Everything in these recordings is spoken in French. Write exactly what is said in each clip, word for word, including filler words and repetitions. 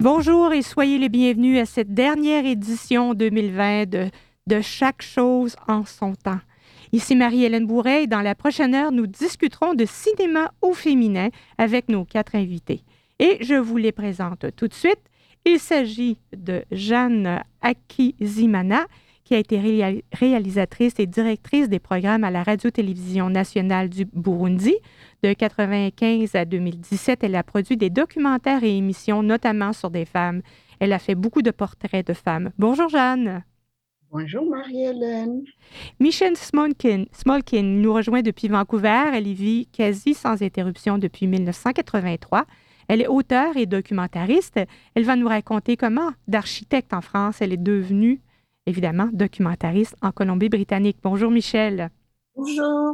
Bonjour et soyez les bienvenus à cette dernière édition deux mille vingt de, de Chaque chose en son temps. Ici Marie-Hélène Bourret et dans la prochaine heure, nous discuterons de cinéma au féminin avec nos quatre invités. Et je vous les présente tout de suite. Il s'agit de Jeanne Hakizimana, qui a été réal- réalisatrice et directrice des programmes à la Radio-Télévision nationale du Burundi. De mille neuf cent quatre-vingt-quinze à deux mille dix-sept, elle a produit des documentaires et émissions, notamment sur des femmes. Elle a fait beaucoup de portraits de femmes. Bonjour Jeanne. Bonjour Marie-Hélène. Michelle Smolkin, Smolkin nous rejoint depuis Vancouver. Elle y vit quasi sans interruption depuis mille neuf cent quatre-vingt-trois. Elle est auteure et documentariste. Elle va nous raconter comment, d'architecte en France, elle est devenue, évidemment, documentariste en Colombie-Britannique. Bonjour Michelle. Bonjour.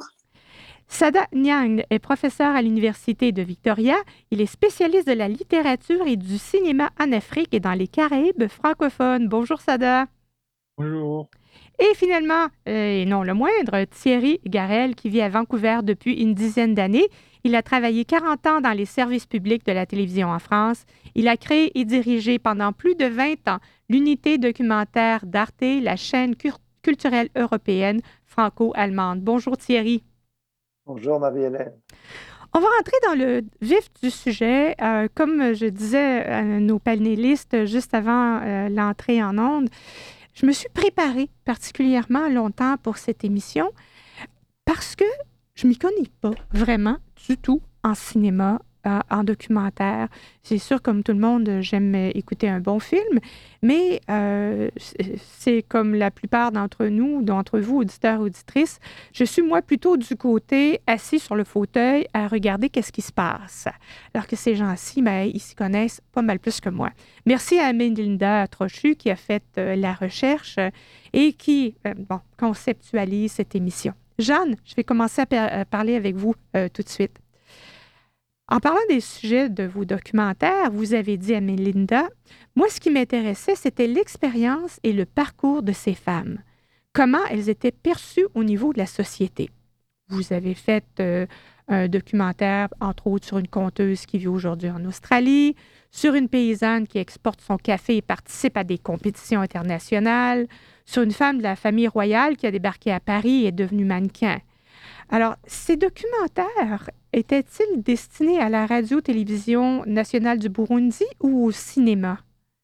Sada Nyang est professeur à l'Université de Victoria. Il est spécialiste de la littérature et du cinéma en Afrique et dans les Caraïbes francophones. Bonjour Sada. Bonjour. Et finalement, euh, et non le moindre, Thierry Garel, qui vit à Vancouver depuis une dizaine d'années. Il a travaillé quarante ans dans les services publics de la télévision en France. Il a créé et dirigé pendant plus de vingt ans l'unité documentaire d'Arte, la chaîne cur- culturelle européenne franco-allemande. Bonjour Thierry. Bonjour Marie-Hélène. On va rentrer dans le vif du sujet. Euh, comme je disais à nos panélistes juste avant euh, l'entrée en ondes, je me suis préparée particulièrement longtemps pour cette émission parce que je ne m'y connais pas vraiment du tout en cinéma, euh, en documentaire. C'est sûr, comme tout le monde, j'aime écouter un bon film, mais euh, c'est comme la plupart d'entre nous, d'entre vous, auditeurs, auditrices, je suis moi plutôt du côté assis sur le fauteuil à regarder qu'est-ce qui se passe. Alors que ces gens-ci, ben, ils s'y connaissent pas mal plus que moi. Merci à Melinda Trochu qui a fait euh, la recherche et qui, euh, bon, conceptualise cette émission. Jeanne, je vais commencer à, par- à parler avec vous euh, tout de suite. En parlant des sujets de vos documentaires, vous avez dit à Melinda, moi, ce qui m'intéressait, c'était l'expérience et le parcours de ces femmes. Comment elles étaient perçues au niveau de la société. Vous avez fait euh, un documentaire, entre autres, sur une conteuse qui vit aujourd'hui en Australie, sur une paysanne qui exporte son café et participe à des compétitions internationales, sur une femme de la famille royale qui a débarqué à Paris et est devenue mannequin. Alors, ces documentaires étaient-ils destinés à la radio-télévision nationale du Burundi ou au cinéma?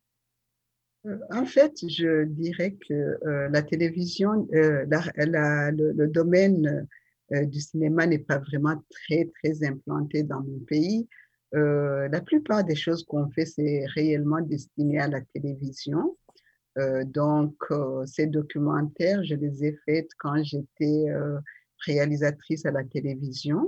Euh, En fait, je dirais que euh, la télévision, euh, la- la- le, le domaine euh, du cinéma n'est pas vraiment très, très implanté dans mon pays. Euh, la plupart des choses qu'on fait, c'est réellement destiné à la télévision. Euh, donc, euh, ces documentaires, je les ai faits quand j'étais euh, réalisatrice à la télévision.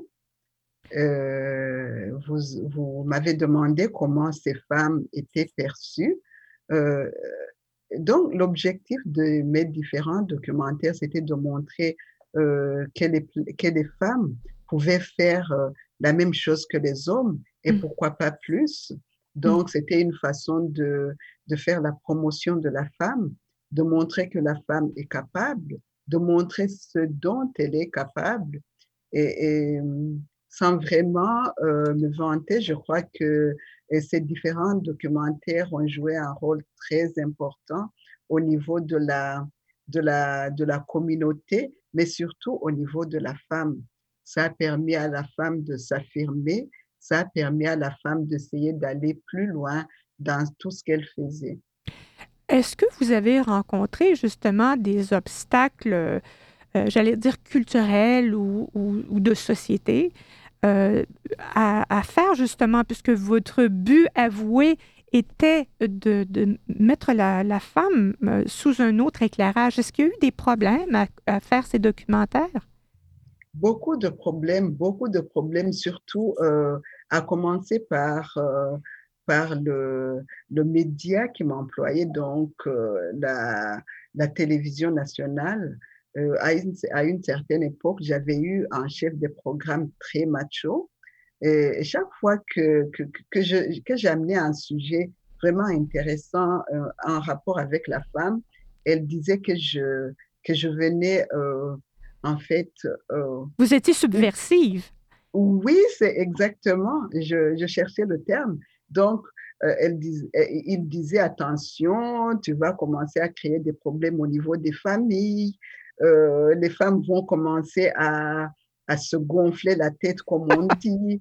Euh, vous vous m'avez demandé comment ces femmes étaient perçues. Euh, donc, l'objectif de mes différents documentaires, c'était de montrer euh, que, les, que les femmes pouvaient faire euh, la même chose que les hommes et Mm, pourquoi pas plus. mm. Donc, c'était une façon de, de faire la promotion de la femme, de montrer que la femme est capable, de montrer ce dont elle est capable et, et sans vraiment euh, me vanter, je crois que ces différents documentaires ont joué un rôle très important au niveau de la, de la, de la communauté, mais surtout au niveau de la femme. Ça a permis à la femme de s'affirmer, ça a permis à la femme d'essayer d'aller plus loin dans tout ce qu'elle faisait. Est-ce que vous avez rencontré justement des obstacles, euh, euh, j'allais dire culturels ou, ou- ou de société, euh, à, à faire justement, puisque votre but avoué était de, de mettre la, la femme euh, sous un autre éclairage? Est-ce qu'il y a eu des problèmes à, à faire ces documentaires? Beaucoup de problèmes, beaucoup de problèmes, surtout euh, à commencer par, euh, par le, le média qui m'employait, donc euh, la, la télévision nationale. Euh, à, une, à une certaine époque, j'avais eu un chef de programme très macho. Et chaque fois que, que, que je, que j'amenais un sujet vraiment intéressant euh, en rapport avec la femme, elle disait que je, que je venais euh, en fait euh, Vous étiez subversive. oui, c'est exactement, je, je cherchais le terme. Donc, euh, elle dis- euh, il disait, attention, tu vas commencer à créer des problèmes au niveau des familles. Euh, les femmes vont commencer à, à se gonfler la tête, comme on dit.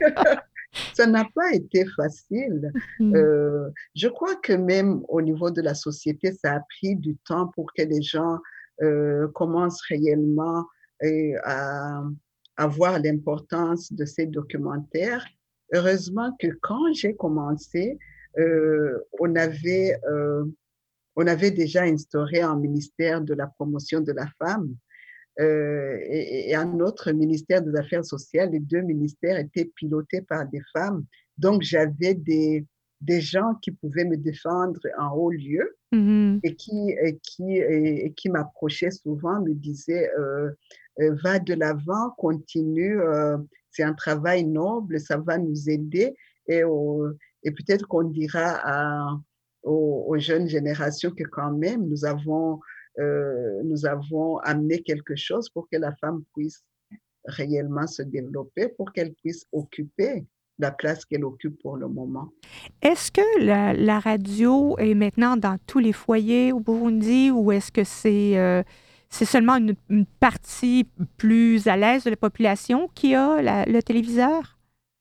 Ça n'a pas été facile. Mhm. Euh, je crois que même au niveau de la société, ça a pris du temps pour que les gens euh, commencent réellement euh, à, à voir l'importance de ces documentaires. Heureusement que quand j'ai commencé, euh, on avait, euh, on avait déjà instauré un ministère de la promotion de la femme euh, et, et un autre ministère des Affaires sociales. Les deux ministères étaient pilotés par des femmes. Donc, j'avais des, des gens qui pouvaient me défendre en haut lieu Mhm. et qui, et qui, et, et qui m'approchaient souvent, me disaient euh, euh, va de l'avant, continue, euh, c'est un travail noble, ça va nous aider et, au- et peut-être qu'on dira à, aux, aux jeunes générations que quand même nous avons, euh, nous avons amené quelque chose pour que la femme puisse réellement se développer, pour qu'elle puisse occuper la place qu'elle occupe pour le moment. Est-ce que la, la radio est maintenant dans tous les foyers au Burundi ou est-ce que c'est euh, c'est seulement une, une partie plus à l'aise de la population qui a la- le téléviseur?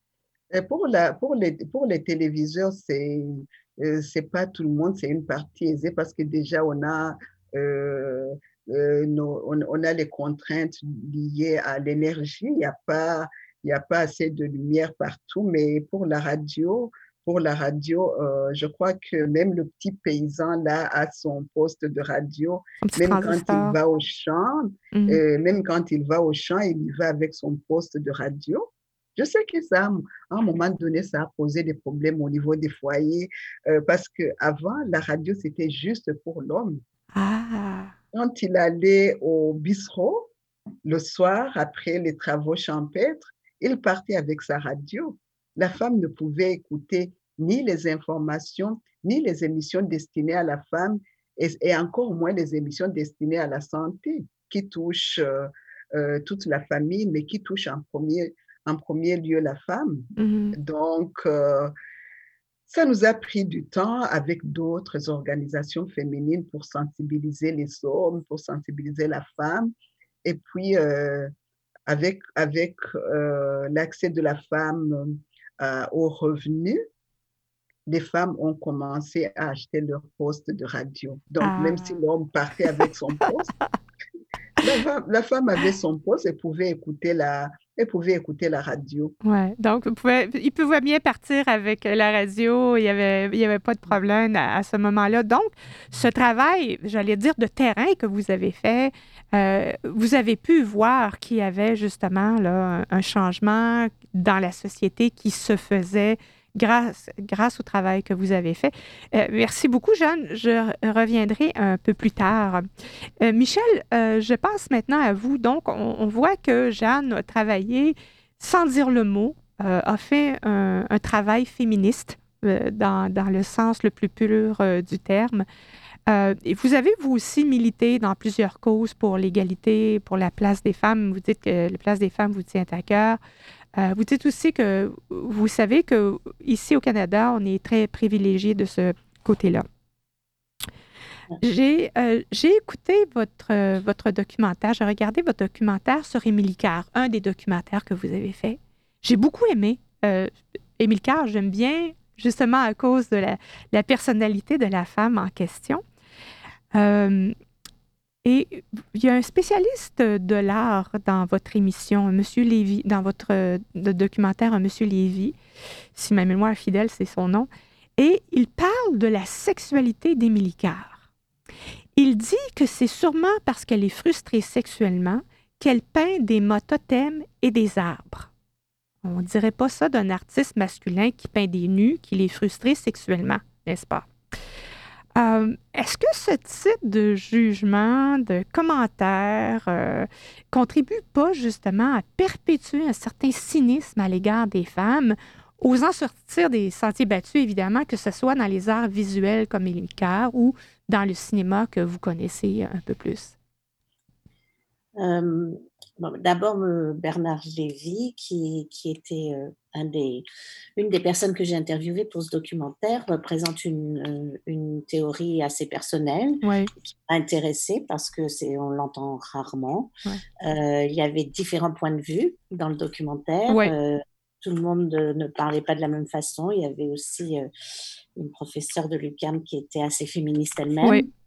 Et pour, la, pour, les, pour les téléviseurs, c'est euh, c'est pas tout le monde, c'est une partie aisée parce que déjà, on a, euh, euh, nos, on, on a les contraintes liées à l'énergie. Il n'y a pas, il y a pas assez de lumière partout, mais pour la radio, pour la radio, euh, je crois que même le petit paysan là a son poste de radio, Son petit même quand il transistor? va au champ, Mhm. euh, même quand il va au champ, il y va avec son poste de radio. Je sais que ça, à un moment donné, ça a posé des problèmes au niveau des foyers euh, parce qu'avant, la radio, c'était juste pour l'homme. Ah, Quand il allait au bistrot, le soir, après les travaux champêtres, il partait avec sa radio. La femme ne pouvait écouter ni les informations, ni les émissions destinées à la femme, et, et encore moins les émissions destinées à la santé, qui touchent euh, euh, toute la famille, mais qui touchent en premier, en premier lieu la femme. mhm. Donc, euh, ça nous a pris du temps avec d'autres organisations féminines pour sensibiliser les hommes, pour sensibiliser la femme. Et puis, euh, avec, avec euh, l'accès de la femme euh, aux revenus, les femmes ont commencé à acheter leur poste de radio. Donc, même si Ah. l'homme partait avec son poste, la femme, la femme avait son poste et pouvait écouter la, elle pouvait écouter la radio. Ouais, donc vous pouvez, il pouvait bien partir avec la radio, il n'y avait, il y avait pas de problème à, à ce moment-là. Donc, ce travail, j'allais dire, de terrain que vous avez fait, euh, vous avez pu voir qu'il y avait justement là, un, un changement dans la société qui se faisait grâce, grâce au travail que vous avez fait. Euh, merci beaucoup, Jeanne. Je re- reviendrai un peu plus tard. Euh, Michel, euh, je passe maintenant à vous. Donc, on, on voit que Jeanne a travaillé sans dire le mot, euh, a fait un, un travail féministe euh, dans, dans le sens le plus pur euh, du terme. Euh, et vous avez, vous aussi, milité dans plusieurs causes pour l'égalité, pour la place des femmes. Vous dites que la place des femmes vous tient à cœur. Euh, vous dites aussi que vous savez que ici au Canada, on est très privilégié de ce côté-là. J'ai euh, j'ai écouté votre, euh, votre documentaire, j'ai regardé votre documentaire sur Émilie Carr, un des documentaires que vous avez fait. J'ai beaucoup aimé euh, Émilie Carr, j'aime bien justement à cause de la, la personnalité de la femme en question. Euh, et il y a un spécialiste de l'art dans votre émission, M. Lévy, dans votre euh, de documentaire, un M. Lévy, si ma mémoire est fidèle, c'est son nom, et il parle de la sexualité d'Émilie Carr. Il dit que c'est sûrement parce qu'elle est frustrée sexuellement qu'elle peint des mots totems et des arbres. On ne dirait pas ça d'un artiste masculin qui peint des nus, qu'il est frustré sexuellement, n'est-ce pas? Euh, est-ce que ce type de jugement, de commentaires, euh, contribue pas justement à perpétuer un certain cynisme à l'égard des femmes, osant sortir des sentiers battus, évidemment, que ce soit dans les arts visuels comme Émilie Carr ou dans le cinéma que vous connaissez un peu plus? Euh, bon, d'abord, euh, Bernard Lévy, qui, qui était euh, un des, une des personnes que j'ai interviewées pour ce documentaire euh, présente une, euh, une théorie assez personnelle Oui, qui m'a intéressée parce que c'est, on l'entend rarement. oui, Euh, il y avait différents points de vue dans le documentaire. oui, Euh, tout le monde euh, ne parlait pas de la même façon. Il y avait aussi euh, une professeure de l'U Q A M qui était assez féministe oui. elle-même.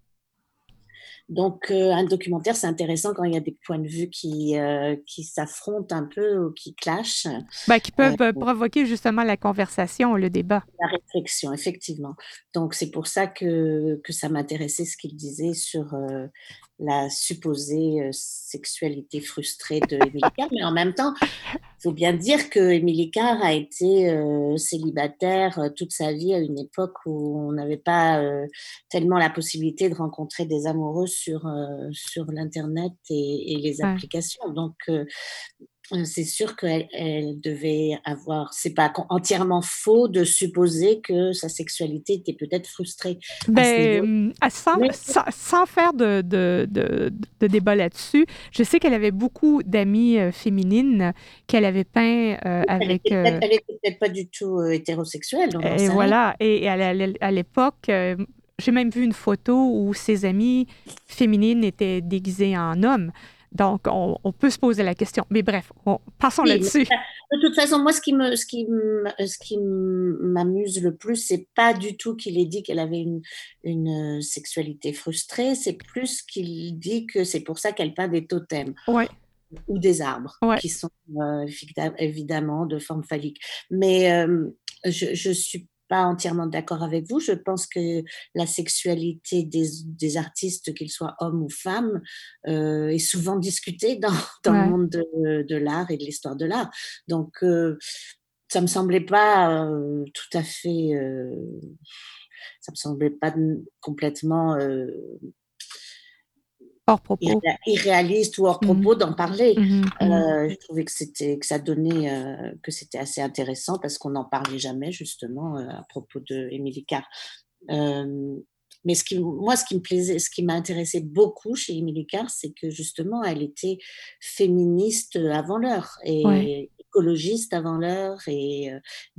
Donc, euh, un documentaire, c'est intéressant quand il y a des points de vue qui, euh, qui s'affrontent un peu ou qui clashent. Ben, qui Euh, peuvent euh, provoquer justement la conversation, le débat. la réflexion, effectivement. Donc, c'est pour ça que, que ça m'intéressait ce qu'il disait sur euh, la supposée euh, sexualité frustrée de Émilie Carr. Mais en même temps, il faut bien dire que Émilie Carr a été euh, célibataire euh, toute sa vie à une époque où on n'avait pas euh, tellement la possibilité de rencontrer des amoureux sur, euh, sur l'Internet et, et les Ouais. applications. Donc, euh, euh, c'est sûr qu'elle elle devait avoir. C'est pas con- entièrement faux de supposer que sa sexualité était peut-être frustrée à ce Ben, niveau. hum, à- sans, Mais sans, sans faire de, de, de, de débat là-dessus, je sais qu'elle avait beaucoup d'amies euh, féminines qu'elle avait peint euh, elle avec... était peut-être, euh, elle était peut-être pas du tout euh, hétérosexuelle, on n'en et sait rien. voilà. Et à, la- à l'époque, euh, j'ai même vu une photo où ses amies féminines étaient déguisées en hommes. Donc, on, on peut se poser la question. Mais bref, on- passons Oui, mais là-dessus. ça- de toute façon, moi, ce qui me, ce qui m- ce qui m- m'amuse le plus, c'est pas du tout qu'il ait dit qu'elle avait une, une euh, sexualité frustrée, c'est plus qu'il dit que c'est pour ça qu'elle peint des totems Oui, ou des arbres oui. qui sont euh, évidem- évidemment de forme phallique. Mais euh, je, je suis pas entièrement d'accord avec vous. Je pense que la sexualité des, des artistes, qu'ils soient hommes ou femmes, euh, est souvent discutée dans, dans le Ouais. monde de, de l'art et de l'histoire de l'art. Donc, euh, ça me semblait pas euh, tout à fait, euh, ça me semblait pas complètement euh, Hors propos. irré- irréaliste ou hors Mhm, propos d'en parler. mhm, mhm. Euh, je trouvais que c'était que ça donnait euh, que c'était assez intéressant parce qu'on n'en parlait jamais justement euh, à propos de Émilie Carr. Euh, mais ce qui, moi, ce qui me plaisait, ce qui m'a intéressé beaucoup chez Émilie Carr, c'est que justement, elle était féministe avant l'heure Ouais. et écologiste avant l'heure et euh,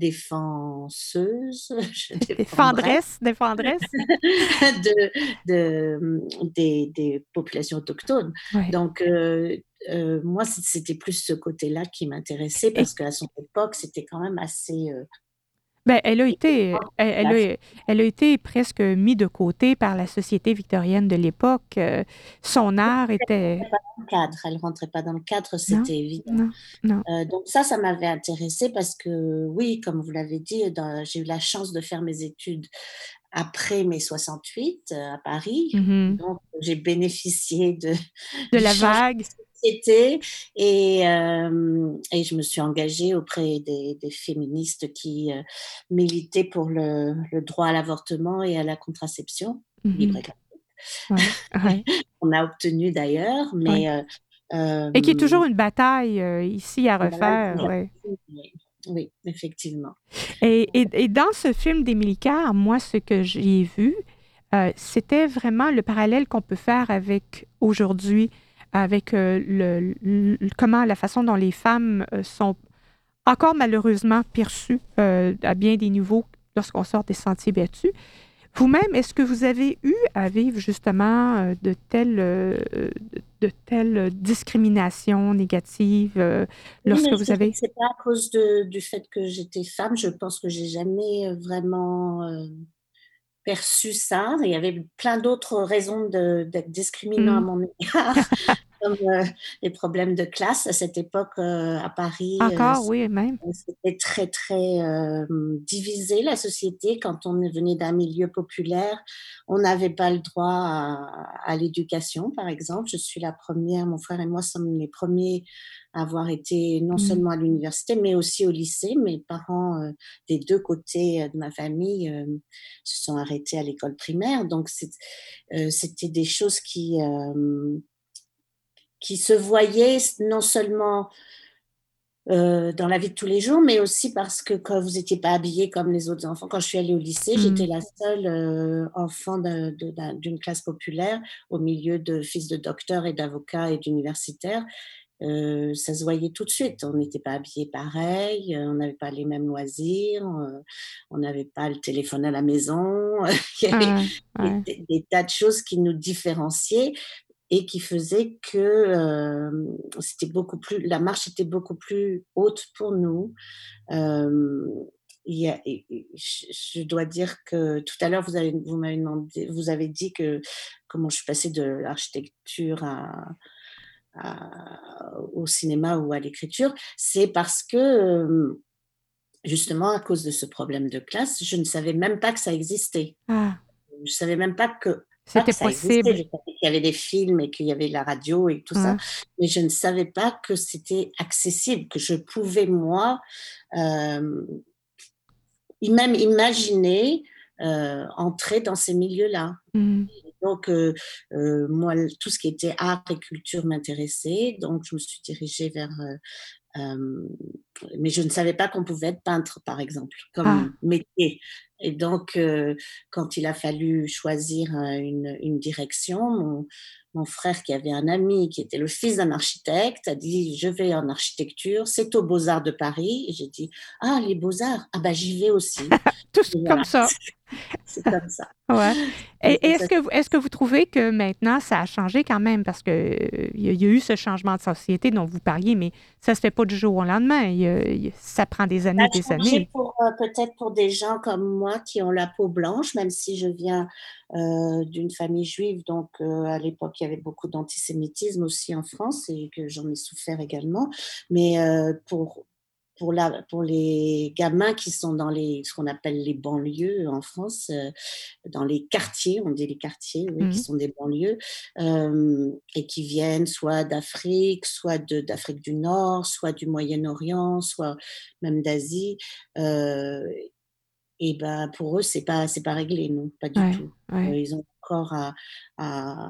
défenseuse, je Des défendrais fendresses, des fendresses. de, de, des, des populations autochtones. Ouais. Donc, euh, euh, moi, c- c'était plus ce côté-là qui m'intéressait Et, parce qu'à son époque, c'était quand même assez euh, ben, elle a été, elle, elle place. a, elle a été presque mise de côté par la société victorienne de l'époque. Euh, son art était... Pas dans le cadre, elle rentrait pas dans le cadre, Non, c'était évident. non, non. Euh, donc ça, ça m'avait intéressée parce que oui, comme vous l'avez dit, dans- j'ai eu la chance de faire mes études après mai soixante-huit euh, à Paris. Mhm. Donc j'ai bénéficié de, De du la changement vague. de société et, euh, et je me suis engagée auprès des, des féministes qui euh, militaient pour le, le droit à l'avortement et à la contraception libre Mhm. et gratuite. Ouais, ouais, On a obtenu d'ailleurs, ouais. mais euh, Et qui est euh, toujours une bataille euh, ici à voilà, refaire. Ouais. oui, oui, effectivement. Et, et, et dans ce film d'Émilie Carr, moi, ce que j'ai vu, euh, c'était vraiment le parallèle qu'on peut faire avec aujourd'hui, avec euh, le, le- comment la façon dont les femmes euh, sont encore malheureusement perçues euh, à bien des niveaux lorsqu'on sort des sentiers battus. Vous-même, est-ce que vous avez eu à vivre justement euh, de telles, euh, de, de telles discriminations négatives euh, Oui, lorsque mais je vous dirais que avez... c'est pas à cause de, du fait que j'étais femme. Je pense que j'ai jamais euh, vraiment euh, perçu ça. Il y avait plein d'autres raisons de- d'être discriminant à Hmm. mon égard, comme euh, les problèmes de classe. À cette époque, euh, à Paris, euh, Encore, oui, même. c'était très, très euh, divisé, la société. Quand on venait d'un milieu populaire, on n'avait pas le droit à, à l'éducation, par exemple. Je suis la première, mon frère et moi sommes les premiers à avoir été non Hmm. seulement à l'université, mais aussi au lycée. Mes parents, euh, des deux côtés euh, de ma famille, euh, se sont arrêtés à l'école primaire. Donc, c'est, euh, c'était des choses qui, euh, qui se voyaient non seulement euh, dans la vie de tous les jours, mais aussi parce que quand vous n'étiez pas habillé comme les autres enfants, quand je suis allée au lycée, Hmm. j'étais la seule euh, enfant de- de- d'un- d'une classe populaire au milieu de fils de docteurs et d'avocats et d'universitaires. euh, ça se voyait tout de suite. On n'était pas habillés pareil, euh, on n'avait pas les mêmes loisirs, euh, on n'avait pas le téléphone à la maison. Il y avait Ouais, des, ouais. des- des tas de choses qui nous différenciaient et qui faisaient que euh, c'était beaucoup plus, la marche était beaucoup plus haute pour nous. Euh, il y a- et- et je, je dois dire que tout à l'heure, vous avez, vous m'avez demandé, vous avez dit que comment je suis passée de l'architecture à, à- au cinéma ou à l'écriture. C'est parce que, euh, justement, à cause de ce problème de classe, je ne savais même pas que ça existait. Ah, Je savais même pas que, pas c'était que ça existait. possible. Je savais qu'il y avait des films et qu'il y avait la radio et tout ça, Ouais. mais je ne savais pas que c'était accessible, que je pouvais, moi, euh, même imaginer euh, entrer dans ces milieux-là. Mm. Donc, euh, euh, moi, tout ce qui était art et culture m'intéressait, donc je me suis dirigée vers... euh, euh, mais je ne savais pas qu'on pouvait être peintre, par exemple, Ah, comme métier. Et donc, euh, quand il a fallu choisir euh, une, une direction, mon, mon frère, qui avait un ami qui était le fils d'un architecte, a dit, je vais en architecture, c'est aux Beaux-Arts de Paris. Et j'ai dit, ah, les Beaux-Arts, ah bah j'y vais aussi. tout Et comme voilà, ça. c'est comme ça. Ouais. Et, et Et est-ce ça, que, vous- est-ce que vous trouvez que maintenant, ça a changé quand même? Parce que euh, il y, a il y a eu ce changement de société dont vous parliez, mais ça se fait pas du jour au lendemain. Il y a- il y a- ça prend des ça années, a des changé années. pour euh, peut-être pour des gens comme moi qui ont la peau blanche, même si je viens euh, d'une famille juive. Donc euh, à l'époque, il y avait beaucoup d'antisémitisme aussi en France et que j'en ai souffert également. Mais euh, pour pour la pour les gamins qui sont dans les ce qu'on appelle les banlieues en France, euh, dans les quartiers, on dit les quartiers, oui, qui Mhm. sont des banlieues, euh, et qui viennent soit d'Afrique, soit de, d'Afrique du Nord, soit du Moyen-Orient, soit même d'Asie. Euh, et ben pour eux, c'est pas, c'est pas réglé, non, pas du Ouais, tout. Euh, ouais. ils ont encore à, à,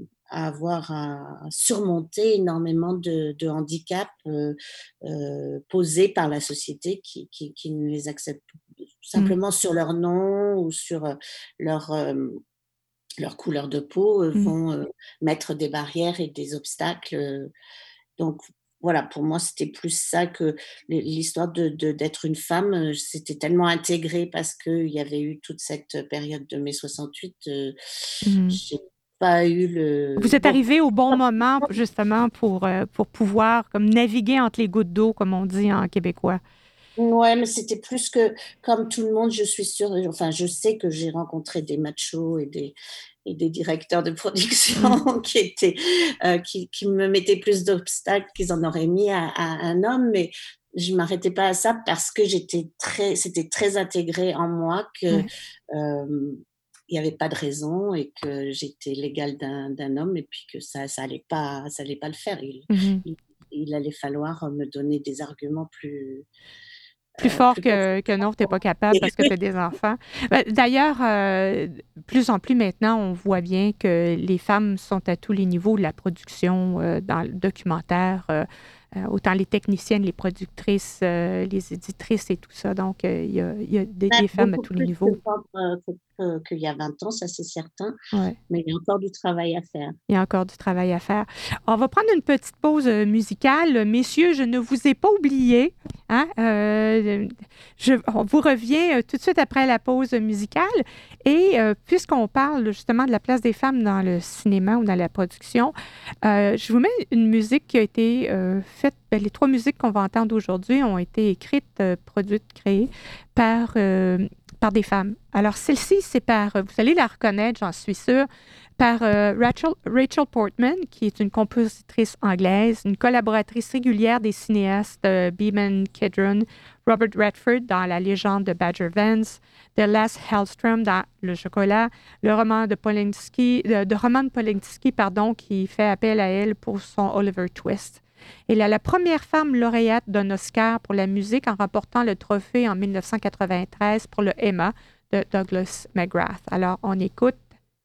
à avoir à surmonter énormément de, de handicaps euh, euh, posés par la société qui, qui, qui ne les accepte Mm, simplement sur leur nom ou sur euh, leur, euh, leur couleur de peau, euh, mm. vont euh, mettre des barrières et des obstacles. euh. Donc voilà, pour moi, c'était plus ça que l'histoire de, de- d'être une femme. euh, C'était tellement intégré parce qu'il y avait eu toute cette période de mai soixante-huit. Euh, Mhm. j'ai pas eu le... Vous êtes Bon, arrivé au bon moment, justement, pour, euh, pour pouvoir comme naviguer entre les gouttes d'eau, comme on dit en québécois. ouais, mais c'était plus que, comme tout le monde, je suis sûre, enfin, je sais que j'ai rencontré des machos et des, et des directeurs de Mm, production qui étaient, euh, qui, qui me mettaient plus d'obstacles qu'ils en auraient mis à, à un homme, mais je m'arrêtais pas à ça parce que j'étais très, c'était très intégré en moi que, ouais. euh, il n'y avait pas de raison et que j'étais l'égale d'un, d'un homme et puis que ça, ça allait pas, ça allait pas le faire. Il, Mhm. il, il allait falloir me donner des arguments plus, Plus euh, fort plus que, que non, tu n'es pour pas capable parce que tu as des enfants. Ben, d'ailleurs, euh, plus en plus maintenant, on voit bien que les femmes sont à tous les niveaux de la production, euh, dans le documentaire, euh, euh, autant les techniciennes, les productrices, euh, les éditrices et tout ça. Donc, euh, il y a, il y a des, Ouais, des femmes à beaucoup tous les plus que niveaux. quand, euh, que- que- qu'il y a vingt ans, ça c'est certain, Ouais. mais il y a encore du travail à faire. Il y a encore du travail à faire. On va prendre une petite pause euh, musicale. Messieurs, je ne vous ai pas oublié. Hein? Euh, je, on vous revient euh, tout de suite après la pause musicale. Et euh, puisqu'on parle justement de la place des femmes dans le cinéma ou dans la production, euh, je vous mets une musique qui a été euh, faite. Ben, les trois musiques qu'on va entendre aujourd'hui ont été écrites, euh, produites, créées par, euh, par des femmes. Alors, celle-ci, c'est par, vous allez la reconnaître, j'en suis sûre, par euh, Rachel, Rachel Portman, qui est une compositrice anglaise, une collaboratrice régulière des cinéastes euh, Beeman Kidron, Robert Redford dans La légende de Badger Vance, de Lasse Hallström dans Le chocolat, le roman de Polanski, de, de Roman Polanski, pardon, qui fait appel à elle pour son Oliver Twist. Elle est la première femme lauréate d'un Oscar pour la musique en remportant le trophée en dix-neuf cent quatre-vingt-treize pour le Emma de Douglas McGrath. Alors, on écoute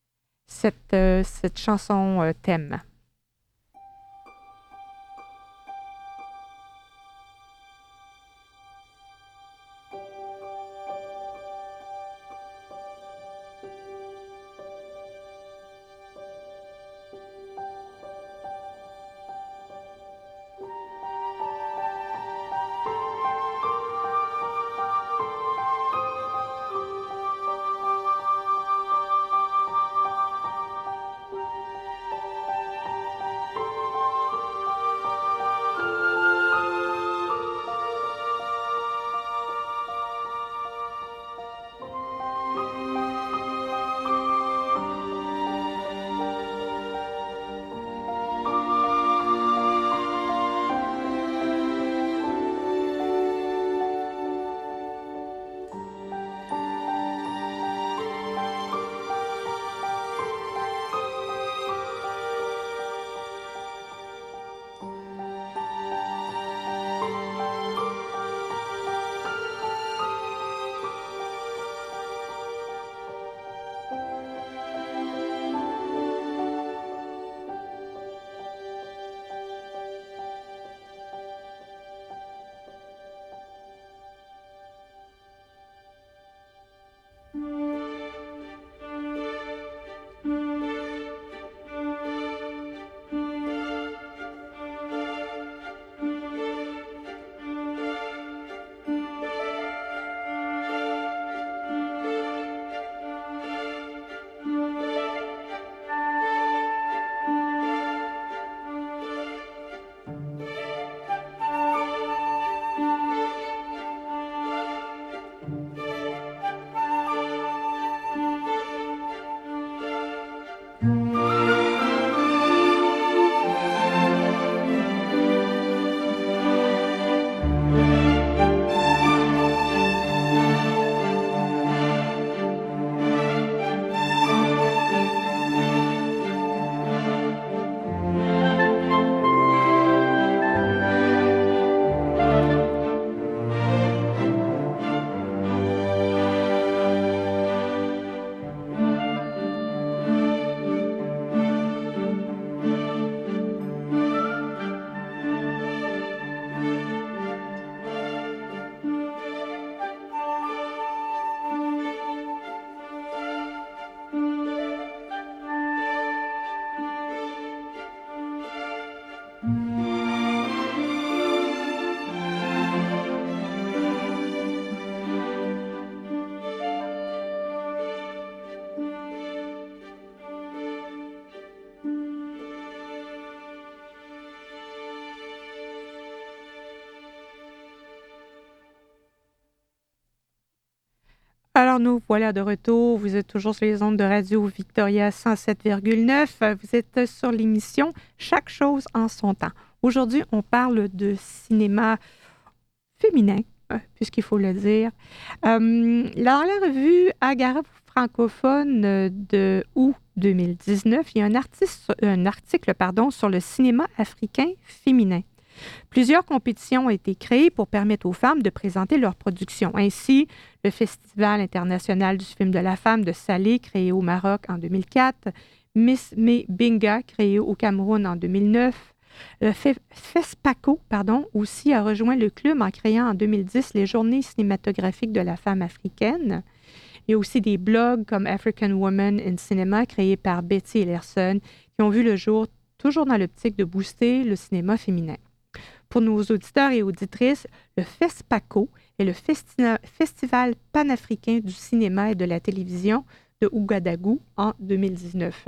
cette, euh, cette chanson euh, thème. Alors, nous voilà de retour. Vous êtes toujours sur les ondes de Radio Victoria cent sept virgule neuf. Vous êtes sur l'émission Chaque chose en son temps. Aujourd'hui, on parle de cinéma féminin, euh, puisqu'il faut le dire. Euh, dans la revue Agara francophone euh, de août deux mille dix-neuf, il y a un, artiste, un article pardon, sur le cinéma africain féminin. Plusieurs compétitions ont été créées pour permettre aux femmes de présenter leurs productions. Ainsi, le Festival international du film de la femme de Salé, créé au Maroc en deux mille quatre, Miss May Binga, créé au Cameroun en deux mille neuf, le FESPACO, pardon, aussi a rejoint le club en créant en deux mille dix les Journées cinématographiques de la femme africaine. Il y a aussi des blogs comme African Women in Cinema, créés par Betty Ellerson, qui ont vu le jour toujours dans l'optique de booster le cinéma féminin. Pour nos auditeurs et auditrices, le FESPACO est le Festi- Festival panafricain du cinéma et de la télévision de Ouagadougou en deux mille dix-neuf.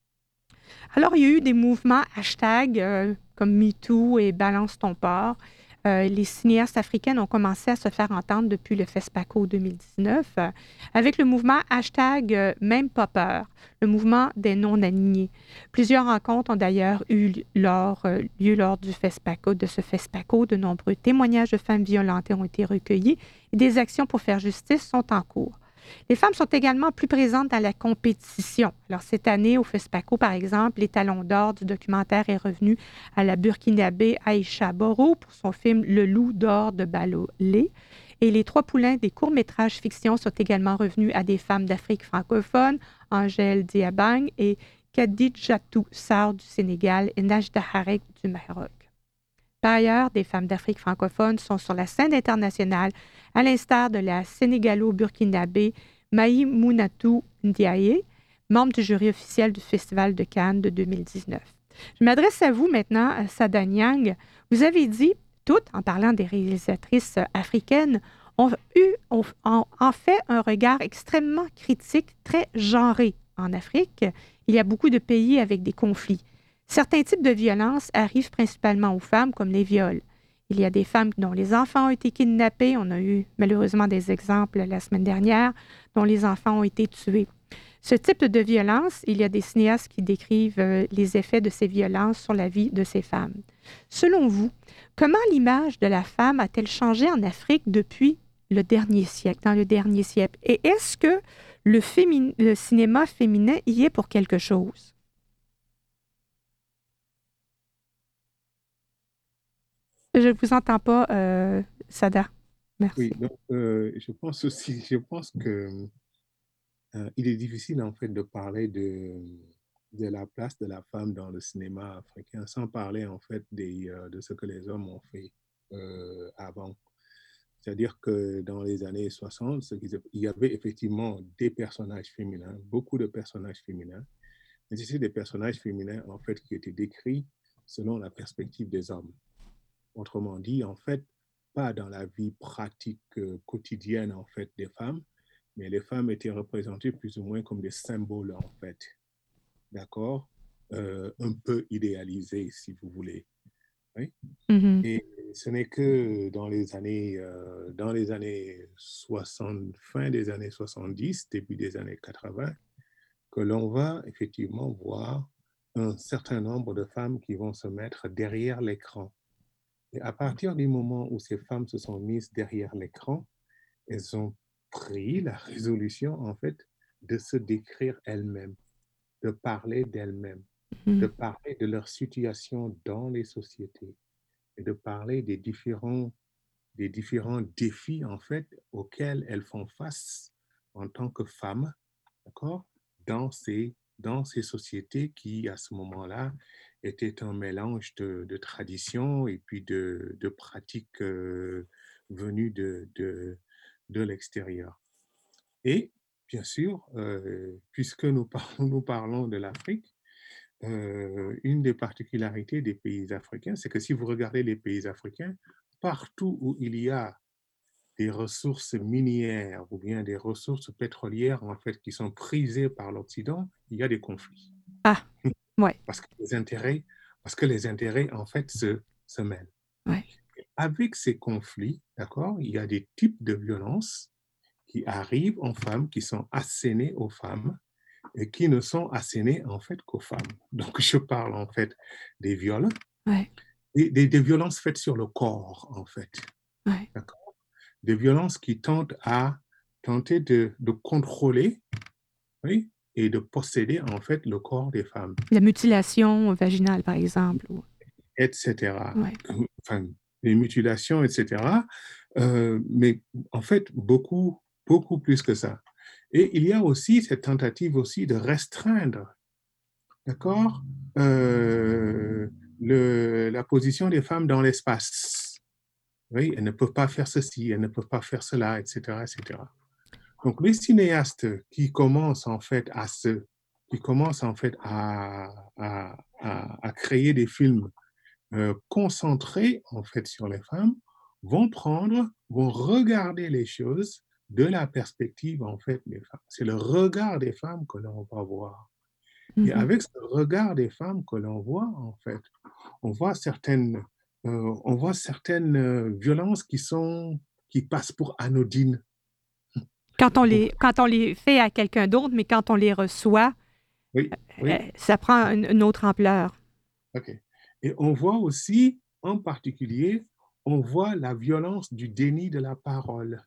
Alors, il y a eu des mouvements hashtag euh, comme MeToo et Balance ton port. Euh, les cinéastes africaines ont commencé à se faire entendre depuis le FESPACO deux mille dix-neuf euh, avec le mouvement hashtag euh, Même pas peur, le mouvement des non-alignés. Plusieurs rencontres ont d'ailleurs eu lors, euh, lieu lors du FESPACO, de ce FESPACO. De nombreux témoignages de femmes violentées ont été recueillis et des actions pour faire justice sont en cours. Les femmes sont également plus présentes dans la compétition. Alors, cette année, au FESPACO, par exemple, l'étalon d'or du documentaire est revenu à la Burkinabé Aïcha Boro pour son film Le loup d'or de Balolé. Et les trois poulains des courts-métrages fiction sont également revenus à des femmes d'Afrique francophone, Angèle Diabang et Khadijatou Sarr du Sénégal et Najda Harek du Maroc. Par ailleurs, des femmes d'Afrique francophone sont sur la scène internationale, à l'instar de la sénégalo-burkinabé Maïmounatou Ndiaye, membre du jury officiel du Festival de Cannes de deux mille dix-neuf. Je m'adresse à vous maintenant, Sada Niang. Vous avez dit, toutes, en parlant des réalisatrices africaines, ont eu ont, ont, en fait un regard extrêmement critique, très genré en Afrique. Il y a beaucoup de pays avec des conflits. Certains types de violences arrivent principalement aux femmes, comme les viols. Il y a des femmes dont les enfants ont été kidnappés. On a eu malheureusement des exemples la semaine dernière, dont les enfants ont été tués. Ce type de violence, il y a des cinéastes qui décrivent euh, les effets de ces violences sur la vie de ces femmes. Selon vous, comment l'image de la femme a-t-elle changé en Afrique depuis le dernier siècle, dans le dernier siècle? Et est-ce que le, fémin- le cinéma féminin y est pour quelque chose? Je ne vous entends pas, euh, Sada. Merci. Oui, donc euh, je pense aussi, je pense que euh, il est difficile en fait de parler de, de la place de la femme dans le cinéma africain sans parler en fait des, euh, de ce que les hommes ont fait euh, avant. C'est-à-dire que dans les années soixante, ce qui se- il y avait effectivement des personnages féminins, beaucoup de personnages féminins, mais c'était des personnages féminins en fait qui étaient décrits selon la perspective des hommes. Autrement dit, en fait, pas dans la vie pratique euh, quotidienne en fait des femmes, mais les femmes étaient représentées plus ou moins comme des symboles en fait, d'accord, euh, un peu idéalisées si vous voulez. Oui? Mm-hmm. Et ce n'est que dans les années, euh, dans les années soixante, fin des années soixante-dix, début des années quatre-vingts, que l'on va effectivement voir un certain nombre de femmes qui vont se mettre derrière l'écran. Et à partir du moment où ces femmes se sont mises derrière l'écran, elles ont pris la résolution, en fait, de se décrire elles-mêmes, de parler d'elles-mêmes, de Mm-hmm. parler de leur situation dans les sociétés et de parler des différents, des différents défis, en fait, auxquels elles font face en tant que femmes, d'accord, dans ces, dans ces sociétés qui, à ce moment-là, étaient un mélange de, de traditions et puis de, de pratiques euh, venues de, de, de l'extérieur. Et, bien sûr, euh, puisque nous parlons, nous parlons de l'Afrique, euh, une des particularités des pays africains, c'est que si vous regardez les pays africains, partout où il y a des ressources minières ou bien des ressources pétrolières en fait qui sont prisées par l'Occident, il y a des conflits. Ah, ouais. Parce que les intérêts, parce que les intérêts en fait se, se mêlent. Ouais. Avec ces conflits, d'accord, il y a des types de violences qui arrivent aux femmes, qui sont assénées aux femmes et qui ne sont assénées en fait qu'aux femmes. Donc je parle en fait des viols, Ouais, et des, des violences faites sur le corps en fait, ouais. d'accord? Des violences qui tentent à tenter de, de contrôler, oui, et de posséder en fait le corps des femmes, La mutilation vaginale, par exemple. ou- et cetera. Ouais. Enfin, les mutilations, et cetera. Euh, mais en fait, beaucoup, beaucoup plus que ça. Et il y a aussi cette tentative aussi de restreindre, d'accord, euh, le, la position des femmes dans l'espace. Oui, elles ne peuvent pas faire ceci, elles ne peuvent pas faire cela, et cetera, et cetera. Donc, les cinéastes qui commencent en fait à se, qui commencent en fait à, à, à, à créer des films euh, concentrés en fait sur les femmes vont prendre, vont regarder les choses de la perspective en fait des femmes. C'est le regard des femmes que l'on va voir. Et Mhm. avec ce regard des femmes que l'on voit en fait, on voit certaines, euh, on voit certaines euh, violences qui sont, qui passent pour anodines. Quand on Donc, les, quand on les fait à quelqu'un d'autre, mais quand on les reçoit, oui, euh, oui, ça prend une, une autre ampleur. ok. Et on voit aussi, en particulier, on voit la violence du déni de la parole,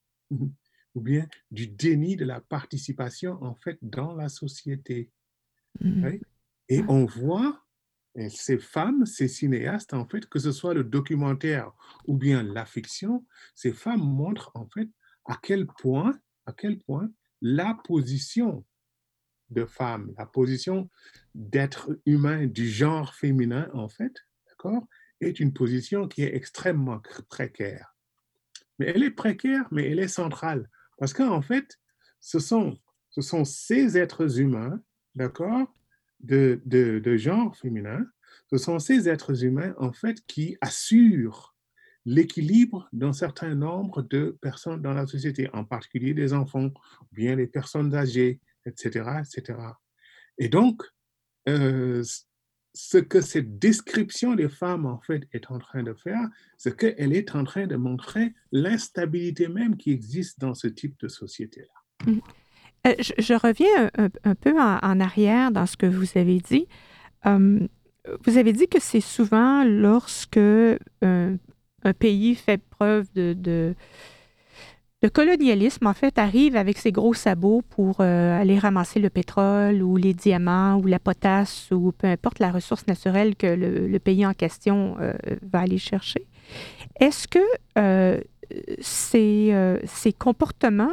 ou bien du déni de la participation, en fait, dans la société. Mhm. Oui. Et on voit et ces femmes, ces cinéastes, en fait, que ce soit le documentaire ou bien la fiction, ces femmes montrent, en fait, à quel point, à quel point la position de femme, la position d'être humain du genre féminin, en fait, d'accord, est une position qui est extrêmement précaire. Mais elle est précaire, mais elle est centrale. Parce qu'en fait, ce sont, ce sont ces êtres humains, d'accord, de, de, de genre féminin, ce sont ces êtres humains, en fait, qui assurent l'équilibre d'un certain nombre de personnes dans la société, en particulier des enfants, ou bien les personnes âgées, et cetera, et cetera. Et donc, euh, ce que cette description des femmes, en fait, est en train de faire, c'est qu'elle est en train de montrer l'instabilité même qui existe dans ce type de société-là. Mhm. Euh, je, je reviens un, un- un peu en, en arrière dans ce que vous avez dit. Euh, vous avez dit que c'est souvent lorsque euh, un pays fait preuve de, de, de colonialisme, en fait, arrive avec ses gros sabots pour euh, aller ramasser le pétrole ou les diamants ou la potasse ou peu importe la ressource naturelle que le, le pays en question euh, va aller chercher. Est-ce que euh, ces, euh, ces comportements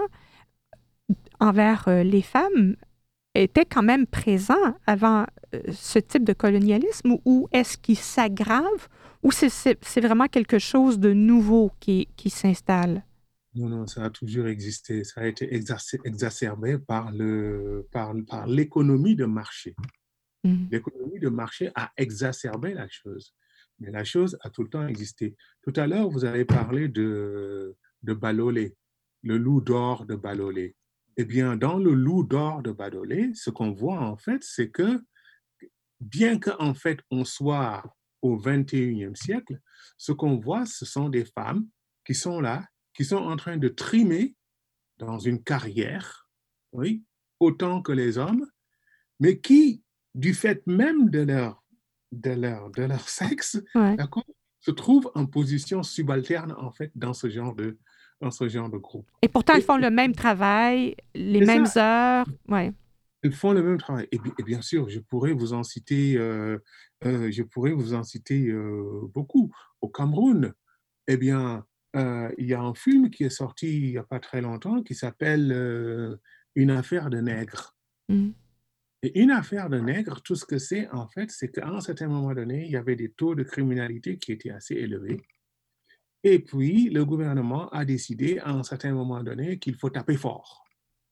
envers euh, les femmes étaient quand même présents avant euh, ce type de colonialisme ou, ou est-ce qu'il s'aggrave ou c'est, c'est, c'est vraiment quelque chose de nouveau qui, qui s'installe? Non, non, ça a toujours existé. Ça a été exacer- exacerbé par, le, par, par l'économie de marché. Mm. L'économie de marché a exacerbé la chose. Mais la chose a tout le temps existé. Tout à l'heure, vous avez parlé de, de Balolé, le loup d'or de Balolé. Eh bien, dans le loup d'or de Balolé, ce qu'on voit en fait, c'est que bien qu'en fait on soit au vingt et unième siècle, ce qu'on voit, ce sont des femmes qui sont là, qui sont en train de trimer dans une carrière, oui, autant que les hommes, mais qui, du fait même de leur, de leur, de leur sexe, Ouais. d'accord, se trouvent en position subalterne, en fait, dans ce genre de, dans ce genre de groupe. Et pourtant, elles Et font le même travail, les c'est mêmes ça, heures. Ouais. elles font le même travail. Et, bi- et bien sûr, je pourrais vous en citer, euh, euh, je pourrais vous en citer euh, beaucoup. Au Cameroun, eh bien, euh, il y a un film qui est sorti il n'y a pas très longtemps qui s'appelle euh, Une affaire de nègre. Mm. Et une affaire de nègre, tout ce que c'est, en fait, c'est qu'à un certain moment donné, il y avait des taux de criminalité qui étaient assez élevés. Et puis, le gouvernement a décidé à un certain moment donné qu'il faut taper fort.